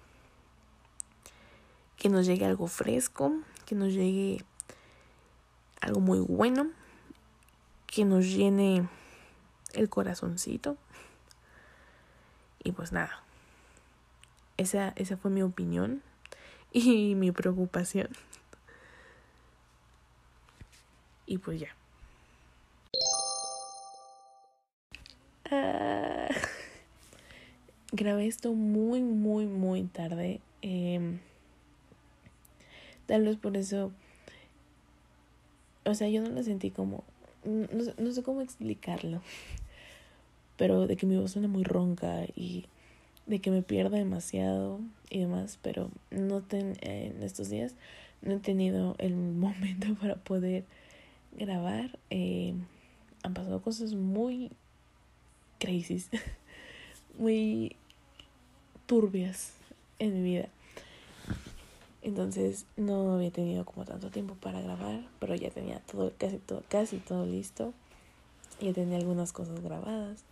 que nos llegue algo fresco, que nos llegue algo muy bueno, que nos llene el corazoncito. Y pues nada, esa, esa fue mi opinión y mi preocupación. Y pues ya. Ah, grabé esto muy, muy, muy tarde. Eh, tal vez por eso, o sea, yo no lo sentí como, no, no sé cómo explicarlo, pero de que mi voz suena muy ronca y de que me pierdo demasiado y demás, pero no ten, eh, en estos días no he tenido el momento para poder grabar. Eh, han pasado cosas muy crazy, muy turbias en mi vida. Entonces no había tenido como tanto tiempo para grabar, pero ya tenía todo, casi todo, casi todo listo. Ya tenía algunas cosas grabadas.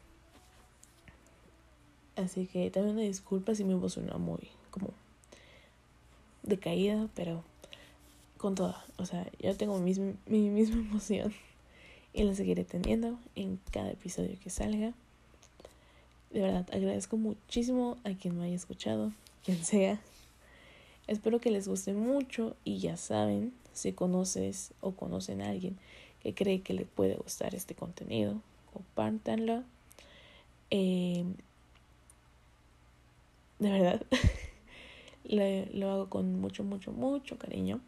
Así que también una disculpa si mi voz suena muy como decaída, pero con toda. O sea, yo tengo mi, mi misma emoción y la seguiré teniendo en cada episodio que salga. De verdad, agradezco muchísimo a quien me haya escuchado, quien sea. Espero que les guste mucho y ya saben, si conoces o conocen a alguien que cree que le puede gustar este contenido, compártanlo. Eh, de verdad, lo, lo hago con mucho, mucho, mucho cariño.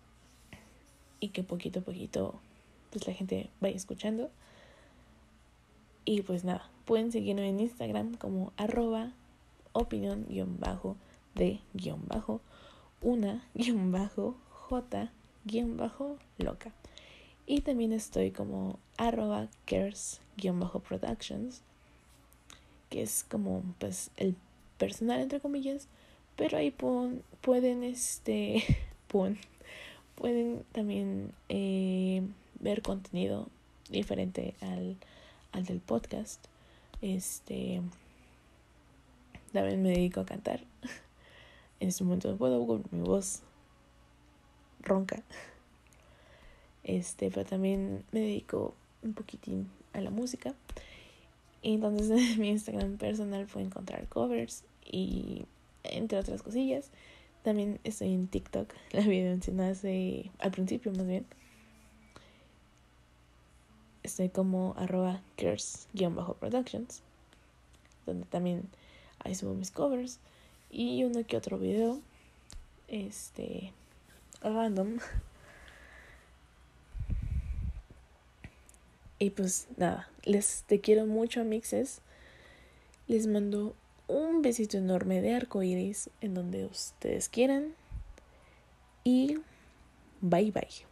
Y que poquito a poquito pues la gente vaya escuchando. Y pues nada, pueden seguirme en Instagram como arroba opinión guión bajo de guión bajo una guión bajo j guión bajo loca. Y también estoy como arroba cares guión bajo productions, que es como pues el personal entre comillas, pero ahí pon, pueden este pon, pueden también eh, ver contenido diferente al, al del podcast. Este también me dedico a cantar. En este momento no puedo con mi voz ronca. Este, pero también me dedico un poquitín a la música. Y entonces en mi Instagram personal pueden encontrar covers y entre otras cosillas. También estoy en TikTok, la había mencionado hace, al principio más bien. Estoy como arroba cares-productions, donde también ahí subo mis covers y uno que otro video este random. Y pues nada, les te quiero mucho, amixes. Les mando un besito enorme de arcoíris en donde ustedes quieran. Y bye bye.